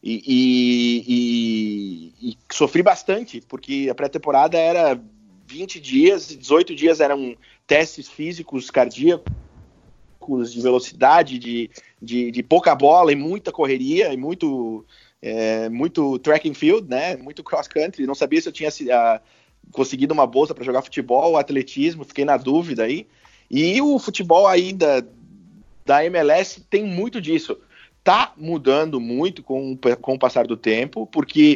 e sofri bastante, porque a pré-temporada era 20 dias, 18 dias eram testes físicos, cardíacos, de velocidade, de pouca bola e muita correria, e muito track and field, né? Muito cross-country. Não sabia se eu tinha conseguido uma bolsa para jogar futebol, atletismo, fiquei na dúvida aí. E o futebol ainda da MLS tem muito disso. Tá mudando muito com o passar do tempo, porque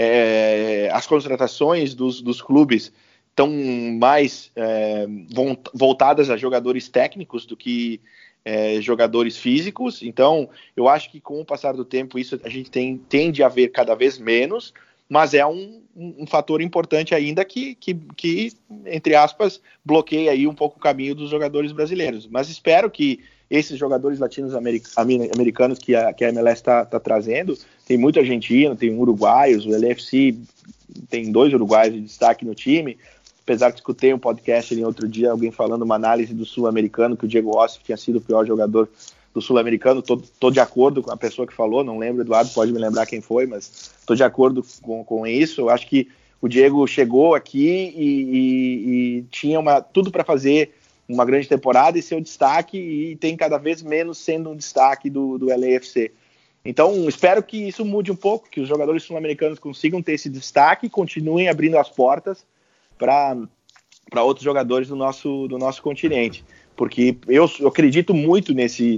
as contratações dos clubes estão mais voltadas a jogadores técnicos do que jogadores físicos. Então, eu acho que com o passar do tempo isso a gente tende a ver cada vez menos, mas é um fator importante ainda que, entre aspas, bloqueia aí um pouco o caminho dos jogadores brasileiros. Mas espero que esses jogadores latinos-americanos que a MLS está trazendo, tem muito argentino, tem uruguaios, o LAFC tem 2 uruguaios de destaque no time, apesar que escutei um podcast ali outro dia, alguém falando uma análise do sul-americano, que o Diego Rossi tinha sido o pior jogador do sul-americano. Tô de acordo com a pessoa que falou, não lembro, Eduardo pode me lembrar quem foi, mas estou de acordo com isso. Eu acho que o Diego chegou aqui e tinha tudo para fazer uma grande temporada e ser um destaque, e tem cada vez menos sendo um destaque do LAFC. Então, espero que isso mude um pouco, que os jogadores sul-americanos consigam ter esse destaque e continuem abrindo as portas para outros jogadores do nosso continente. Porque eu acredito muito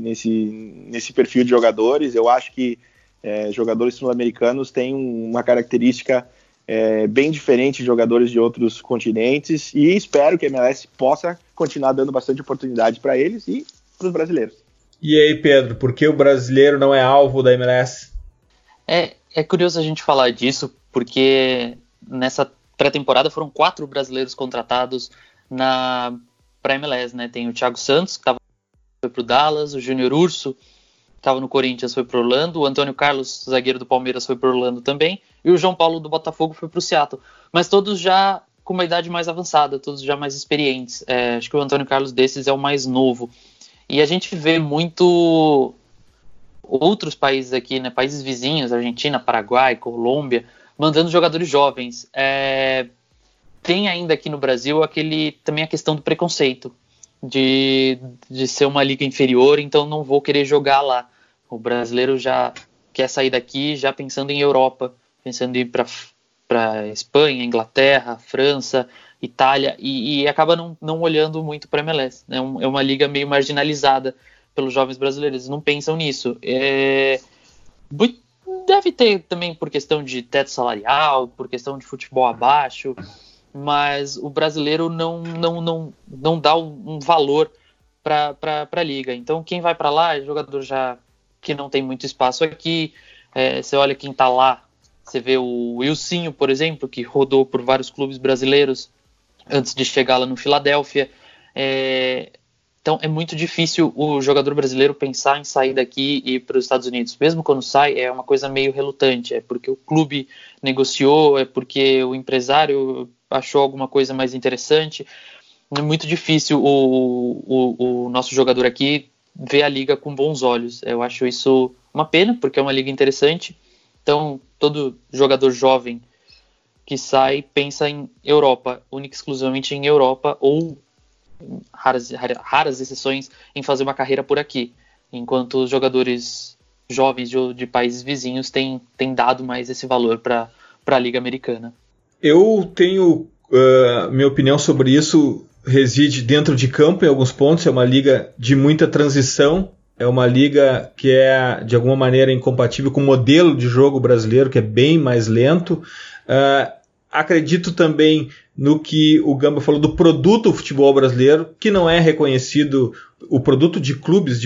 nesse perfil de jogadores. Eu acho que jogadores sul-americanos têm uma característica bem diferente de jogadores de outros continentes, e espero que a MLS possa continuar dando bastante oportunidade para eles e para os brasileiros. E aí, Pedro, por que o brasileiro não é alvo da MLS? É curioso a gente falar disso, porque nessa pré-temporada foram 4 brasileiros contratados para a MLS, né? Tem o Thiago Santos, que foi para o Dallas, o Júnior Urso, que estava no Corinthians, foi para o Orlando, o Antônio Carlos, zagueiro do Palmeiras, foi para o Orlando também, e o João Paulo do Botafogo foi para o Seattle. Mas todos já com uma idade mais avançada, todos já mais experientes. Acho que o Antônio Carlos desses é o mais novo. E a gente vê muito outros países aqui, né? Países vizinhos, Argentina, Paraguai, Colômbia, mandando jogadores jovens. Tem ainda aqui no Brasil também a questão do preconceito, de ser uma liga inferior, então não vou querer jogar lá. O brasileiro já quer sair daqui já pensando em Europa, pensando em ir para Espanha, Inglaterra, França, Itália, e acaba não olhando muito para a MLS. É uma liga meio marginalizada pelos jovens brasileiros, eles não pensam nisso. Deve ter também por questão de teto salarial, por questão de futebol abaixo, mas o brasileiro não dá um valor para a liga. Então quem vai para lá é jogador já que não tem muito espaço aqui. Você olha quem está lá, você vê o Wilsinho, por exemplo, que rodou por vários clubes brasileiros antes de chegar lá no Philadelphia. Então é muito difícil o jogador brasileiro pensar em sair daqui e ir para os Estados Unidos. Mesmo quando sai, é uma coisa meio relutante. É porque o clube negociou, é porque o empresário achou alguma coisa mais interessante. É muito difícil o nosso jogador aqui ver a liga com bons olhos. Eu acho isso uma pena, porque é uma liga interessante. Então, todo jogador jovem que sai pensa em Europa, única e exclusivamente em Europa, ou raras exceções em fazer uma carreira por aqui, enquanto os jogadores jovens de países vizinhos têm dado mais esse valor para a Liga Americana. Eu tenho minha opinião sobre isso reside dentro de campo em alguns pontos. É uma liga de muita transição, é uma liga que é de alguma maneira incompatível com o modelo de jogo brasileiro, que é bem mais lento. Acredito também no que o Gamba falou do produto futebol brasileiro, que não é reconhecido, o produto de clubes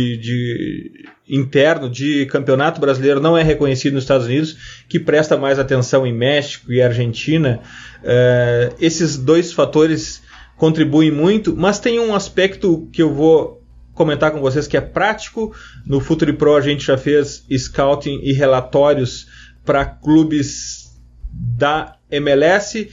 interno de campeonato brasileiro não é reconhecido nos Estados Unidos, que presta mais atenção em México e Argentina. Esses dois fatores contribuem muito, mas tem um aspecto que eu vou comentar com vocês que é prático. No Futuri Pro a gente já fez scouting e relatórios para clubes da MLS,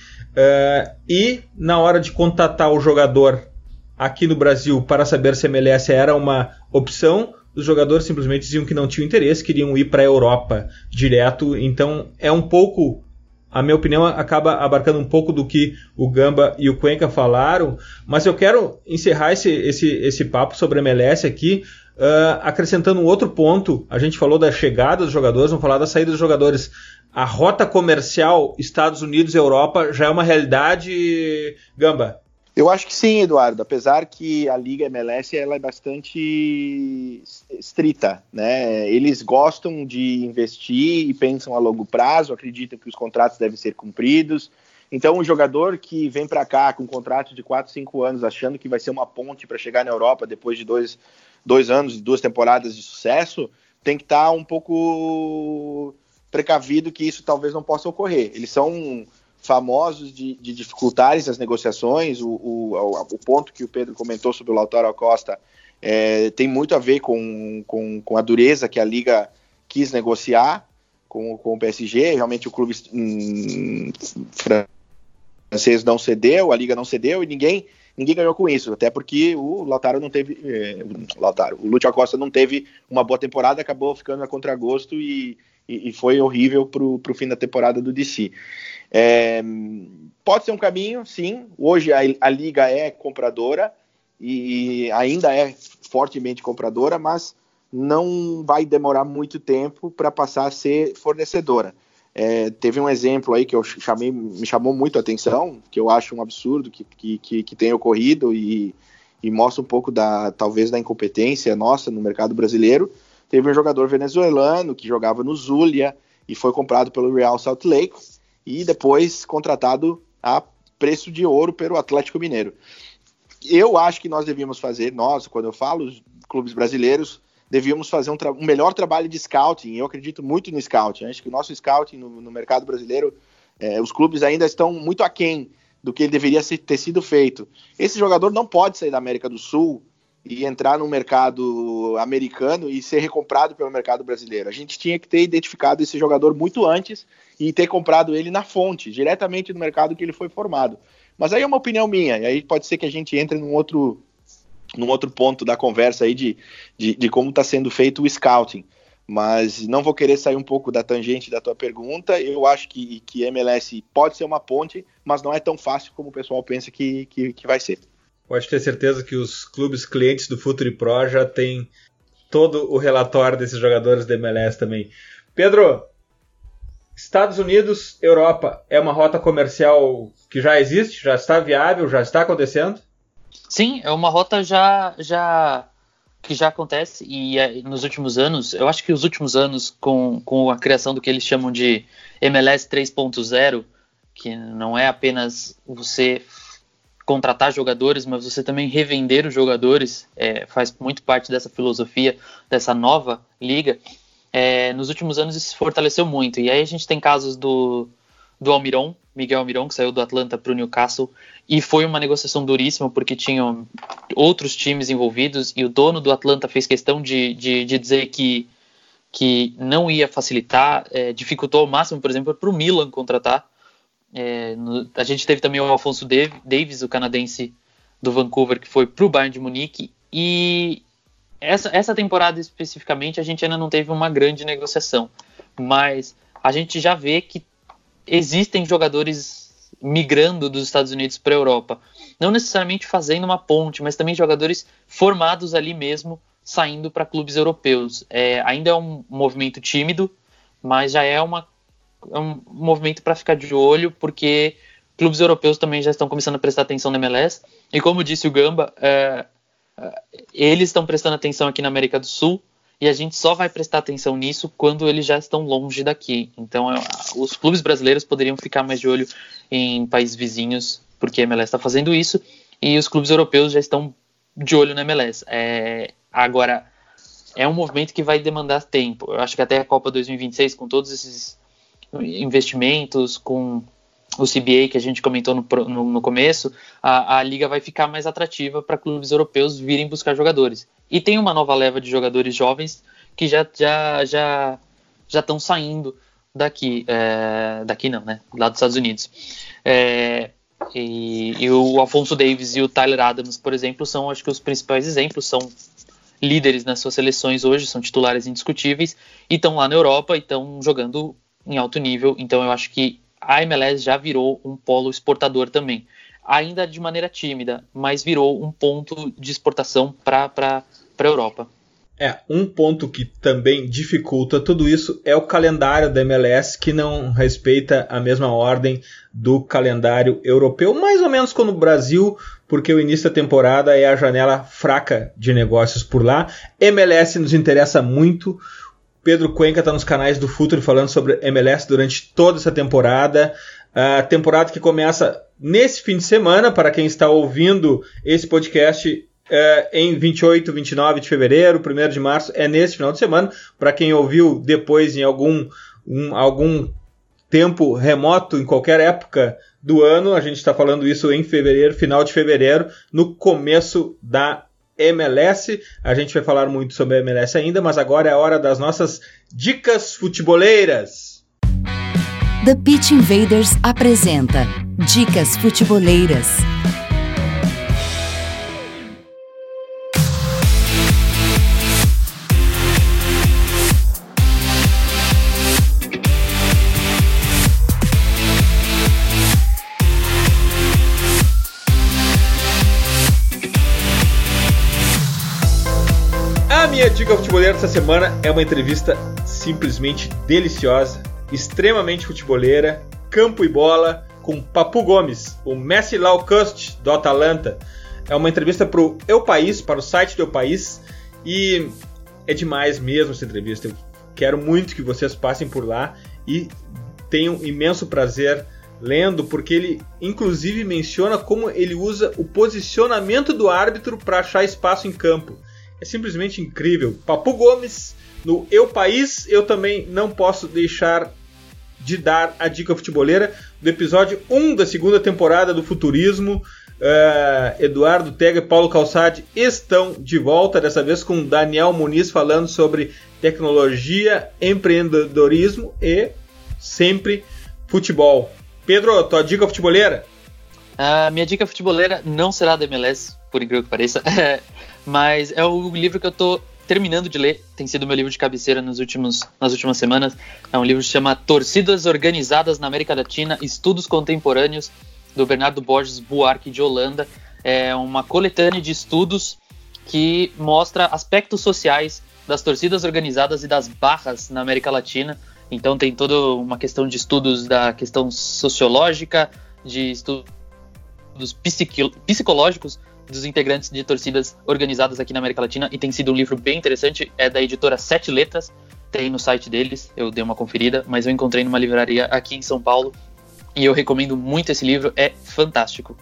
e na hora de contatar o jogador aqui no Brasil para saber se a MLS era uma opção, os jogadores simplesmente diziam que não tinham interesse, queriam ir para a Europa direto. Então é um pouco, a minha opinião acaba abarcando um pouco do que o Gamba e o Cuenca falaram, mas eu quero encerrar esse papo sobre a MLS aqui, acrescentando um outro ponto. A gente falou da chegada dos jogadores, vamos falar da saída dos jogadores. A rota comercial Estados Unidos-Europa já é uma realidade, Gamba? Eu acho que sim, Eduardo, apesar que a Liga MLS ela é bastante estrita, né? Eles gostam de investir e pensam a longo prazo, acreditam que os contratos devem ser cumpridos. Então, o jogador que vem para cá com um contrato de 4, 5 anos, achando que vai ser uma ponte para chegar na Europa depois de dois anos e 2 temporadas de sucesso, tem que estar um pouco precavido que isso talvez não possa ocorrer. Eles são famosos de dificultarem as negociações. O ponto que o Pedro comentou sobre o Lautaro Acosta tem muito a ver com a dureza que a Liga quis negociar com o PSG. Realmente o clube francês não cedeu, a Liga não cedeu, e ninguém ganhou com isso, até porque o Lautaro não teve o Lúcio Acosta não teve uma boa temporada, acabou ficando a contragosto e foi horrível pro fim da temporada do DC. Pode ser um caminho, sim. Hoje a Liga é compradora e ainda é fortemente compradora, mas não vai demorar muito tempo para passar a ser fornecedora. Teve um exemplo aí que me chamou muito a atenção, que eu acho um absurdo que tenha ocorrido e mostra um pouco talvez da incompetência nossa no mercado brasileiro. Teve um jogador venezuelano que jogava no Zulia e foi comprado pelo Real Salt Lake e depois contratado a preço de ouro pelo Atlético Mineiro. Eu acho que nós devíamos fazer, quando eu falo os clubes brasileiros, devíamos fazer um melhor trabalho de scouting. Eu acredito muito no scouting. Acho que o nosso scouting no mercado brasileiro, os clubes ainda estão muito aquém do que ele deveria ter sido feito. Esse jogador não pode sair da América do Sul e entrar no mercado americano e ser recomprado pelo mercado brasileiro. A gente tinha que ter identificado esse jogador muito antes e ter comprado ele na fonte, diretamente no mercado que ele foi formado. Mas aí é uma opinião minha, e aí pode ser que a gente entre num outro ponto da conversa aí de como está sendo feito o scouting. Mas não vou querer sair um pouco da tangente da tua pergunta. Eu acho que MLS pode ser uma ponte, mas não é tão fácil como o pessoal pensa que vai ser. Pode ter certeza que os clubes clientes do Futuri Pro já têm todo o relatório desses jogadores da MLS também. Pedro, Estados Unidos, Europa, é uma rota comercial que já existe, já está viável, já está acontecendo? Sim, é uma rota que já acontece, e nos últimos anos, eu acho que os últimos anos, com a criação do que eles chamam de MLS 3.0, que não é apenas você contratar jogadores, mas você também revender os jogadores, faz muito parte dessa filosofia, dessa nova liga. Nos últimos anos isso se fortaleceu muito, e aí a gente tem casos do Almiron, Miguel Almiron, que saiu do Atlanta para o Newcastle, e foi uma negociação duríssima, porque tinham outros times envolvidos, e o dono do Atlanta fez questão de dizer que não ia facilitar, dificultou ao máximo, por exemplo, para o Milan contratar. A gente teve também o Alphonso Davies, o canadense do Vancouver, que foi para o Bayern de Munique, e essa temporada especificamente a gente ainda não teve uma grande negociação, mas a gente já vê que existem jogadores migrando dos Estados Unidos para a Europa, não necessariamente fazendo uma ponte, mas também jogadores formados ali mesmo, saindo para clubes europeus. Ainda é um movimento tímido, mas já é um movimento para ficar de olho, porque clubes europeus também já estão começando a prestar atenção na MLS, e como disse o Gamba, eles estão prestando atenção aqui na América do Sul, e a gente só vai prestar atenção nisso quando eles já estão longe daqui. Então os clubes brasileiros poderiam ficar mais de olho em países vizinhos, porque a MLS está fazendo isso, e os clubes europeus já estão de olho na MLS. Agora, é um movimento que vai demandar tempo. Eu acho que até a Copa 2026, com todos esses investimentos, com o CBA que a gente comentou no começo, a liga vai ficar mais atrativa para clubes europeus virem buscar jogadores. E tem uma nova leva de jogadores jovens que já estão saindo daqui. Daqui não, né? Lá dos Estados Unidos. E o Alphonso Davies e o Tyler Adams, por exemplo, são, acho que, os principais exemplos. São líderes nas suas seleções hoje, são titulares indiscutíveis, e estão lá na Europa e estão jogando em alto nível. Então eu acho que a MLS já virou um polo exportador também. Ainda de maneira tímida, mas virou um ponto de exportação para a Europa. Um ponto que também dificulta tudo isso é o calendário da MLS, que não respeita a mesma ordem do calendário europeu, mais ou menos como no Brasil, porque o início da temporada é a janela fraca de negócios por lá. MLS nos interessa muito. Pedro Cuenca está nos canais do Futuri falando sobre MLS durante toda essa temporada. A temporada que começa nesse fim de semana, para quem está ouvindo esse podcast em 28, 29 de fevereiro, 1º de março, é nesse final de semana. Para quem ouviu depois em algum tempo remoto, em qualquer época do ano, a gente está falando isso em fevereiro, final de fevereiro, no começo da MLS. A gente vai falar muito sobre a MLS ainda, mas agora é a hora das nossas dicas futeboleiras. The Pitch Invaders apresenta Dicas Futeboleiras. A minha dica futeboleira dessa semana é uma entrevista simplesmente deliciosa, extremamente futeboleira, campo e bola, com Papu Gomes, o Messi Low-Cost do Atalanta. É uma entrevista para o El País, para o site do El País, e é demais mesmo essa entrevista. Eu quero muito que vocês passem por lá e tenham imenso prazer lendo, porque ele inclusive menciona como ele usa o posicionamento do árbitro para achar espaço em campo. É simplesmente incrível. Papu Gomes no El País. Eu também não posso deixar de dar a dica futeboleira do episódio 1 da segunda temporada do Futurismo. Eduardo Tega e Paulo Calçade estão de volta, dessa vez com Daniel Muniz falando sobre tecnologia, empreendedorismo e sempre futebol. Pedro, tua dica futeboleira? A minha dica futeboleira não será da MLS, por incrível que pareça, mas é o livro que eu estou terminando de ler, tem sido meu livro de cabeceira nas últimas semanas. É um livro que se chama Torcidas Organizadas na América Latina, Estudos Contemporâneos, do Bernardo Borges Buarque, de Holanda. É uma coletânea de estudos que mostra aspectos sociais das torcidas organizadas e das barras na América Latina. Então tem toda uma questão de estudos da questão sociológica, de estudos psicológicos dos integrantes de torcidas organizadas aqui na América Latina, e tem sido um livro bem interessante, é da editora 7 Letras, tem no site deles, eu dei uma conferida, mas eu encontrei numa livraria aqui em São Paulo, e eu recomendo muito esse livro, é fantástico.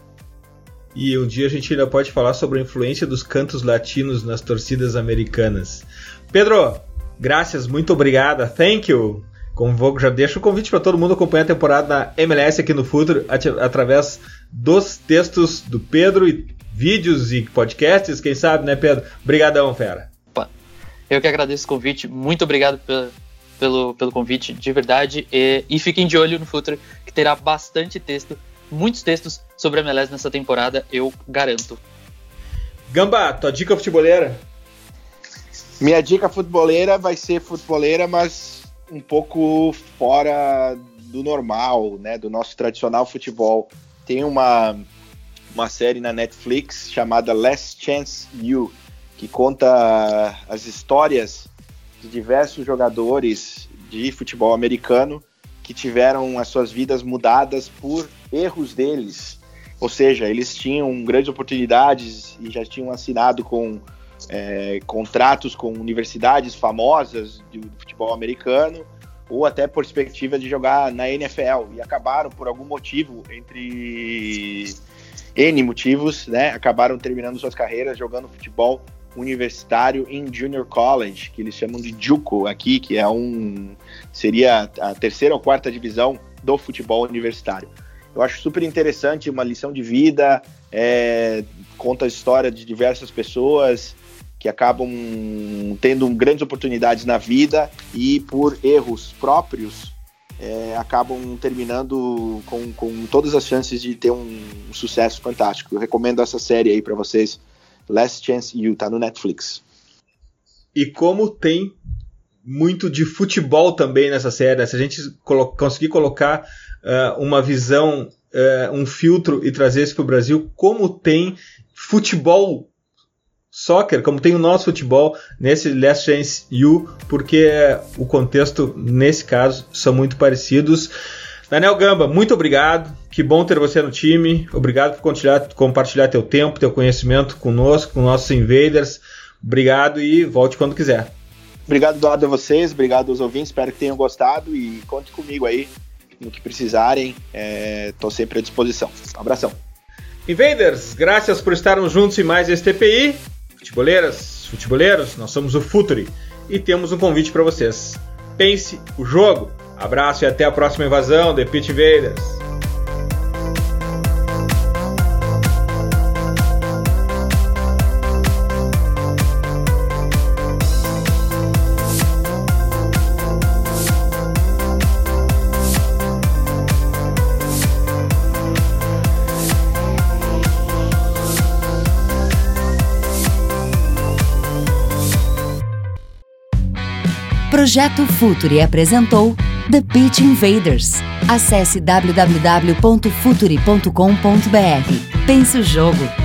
E um dia a gente ainda pode falar sobre a influência dos cantos latinos nas torcidas americanas. Pedro, graças, muito obrigada, thank you. Já deixo o convite para todo mundo acompanhar a temporada da MLS aqui no Futuri através dos textos do Pedro e vídeos e podcasts, quem sabe, né, Pedro? Obrigadão, fera. Eu que agradeço o convite, muito obrigado pelo convite, de verdade, e fiquem de olho no Futuri, que terá bastante texto, muitos textos sobre a MLS nessa temporada, eu garanto. Gamba, tua dica futeboleira? Minha dica futeboleira vai ser futeboleira, mas um pouco fora do normal, né, do nosso tradicional futebol. Tem uma série na Netflix chamada Last Chance U, que conta as histórias de diversos jogadores de futebol americano que tiveram as suas vidas mudadas por erros deles. Ou seja, eles tinham grandes oportunidades e já tinham assinado com contratos com universidades famosas do futebol americano, ou até perspectiva de jogar na NFL, e acabaram por algum motivo, entre N motivos, né, acabaram terminando suas carreiras jogando futebol universitário em Junior College, que eles chamam de JUCO aqui, que seria a 3ª ou 4ª divisão do futebol universitário. Eu acho super interessante, uma lição de vida, conta a história de diversas pessoas que acabam tendo grandes oportunidades na vida e por erros próprios acabam terminando com todas as chances de ter um sucesso fantástico. Eu recomendo essa série aí para vocês, Last Chance U, tá no Netflix. E como tem muito de futebol também nessa série, se a gente conseguir colocar uma visão, um filtro e trazer isso para o Brasil, como tem futebol, soccer, como tem o nosso futebol nesse Last Chance U, porque o contexto, nesse caso, são muito parecidos. Daniel Gamba, muito obrigado, que bom ter você no time, obrigado por compartilhar teu tempo, teu conhecimento conosco, com nossos invaders, obrigado e volte quando quiser. Obrigado, Eduardo, a vocês, obrigado aos ouvintes, espero que tenham gostado e conte comigo aí no que precisarem, estou sempre à disposição. Um abração. Invaders, graças por estarmos juntos em mais esse TPI. Futeboleiros, nós somos o Futuri e temos um convite para vocês. Pense o jogo. Abraço e até a próxima invasão, The Pitch Invaders. Projeto Futuri apresentou The Pitch Invaders. Acesse www.futuri.com.br. Pense o jogo.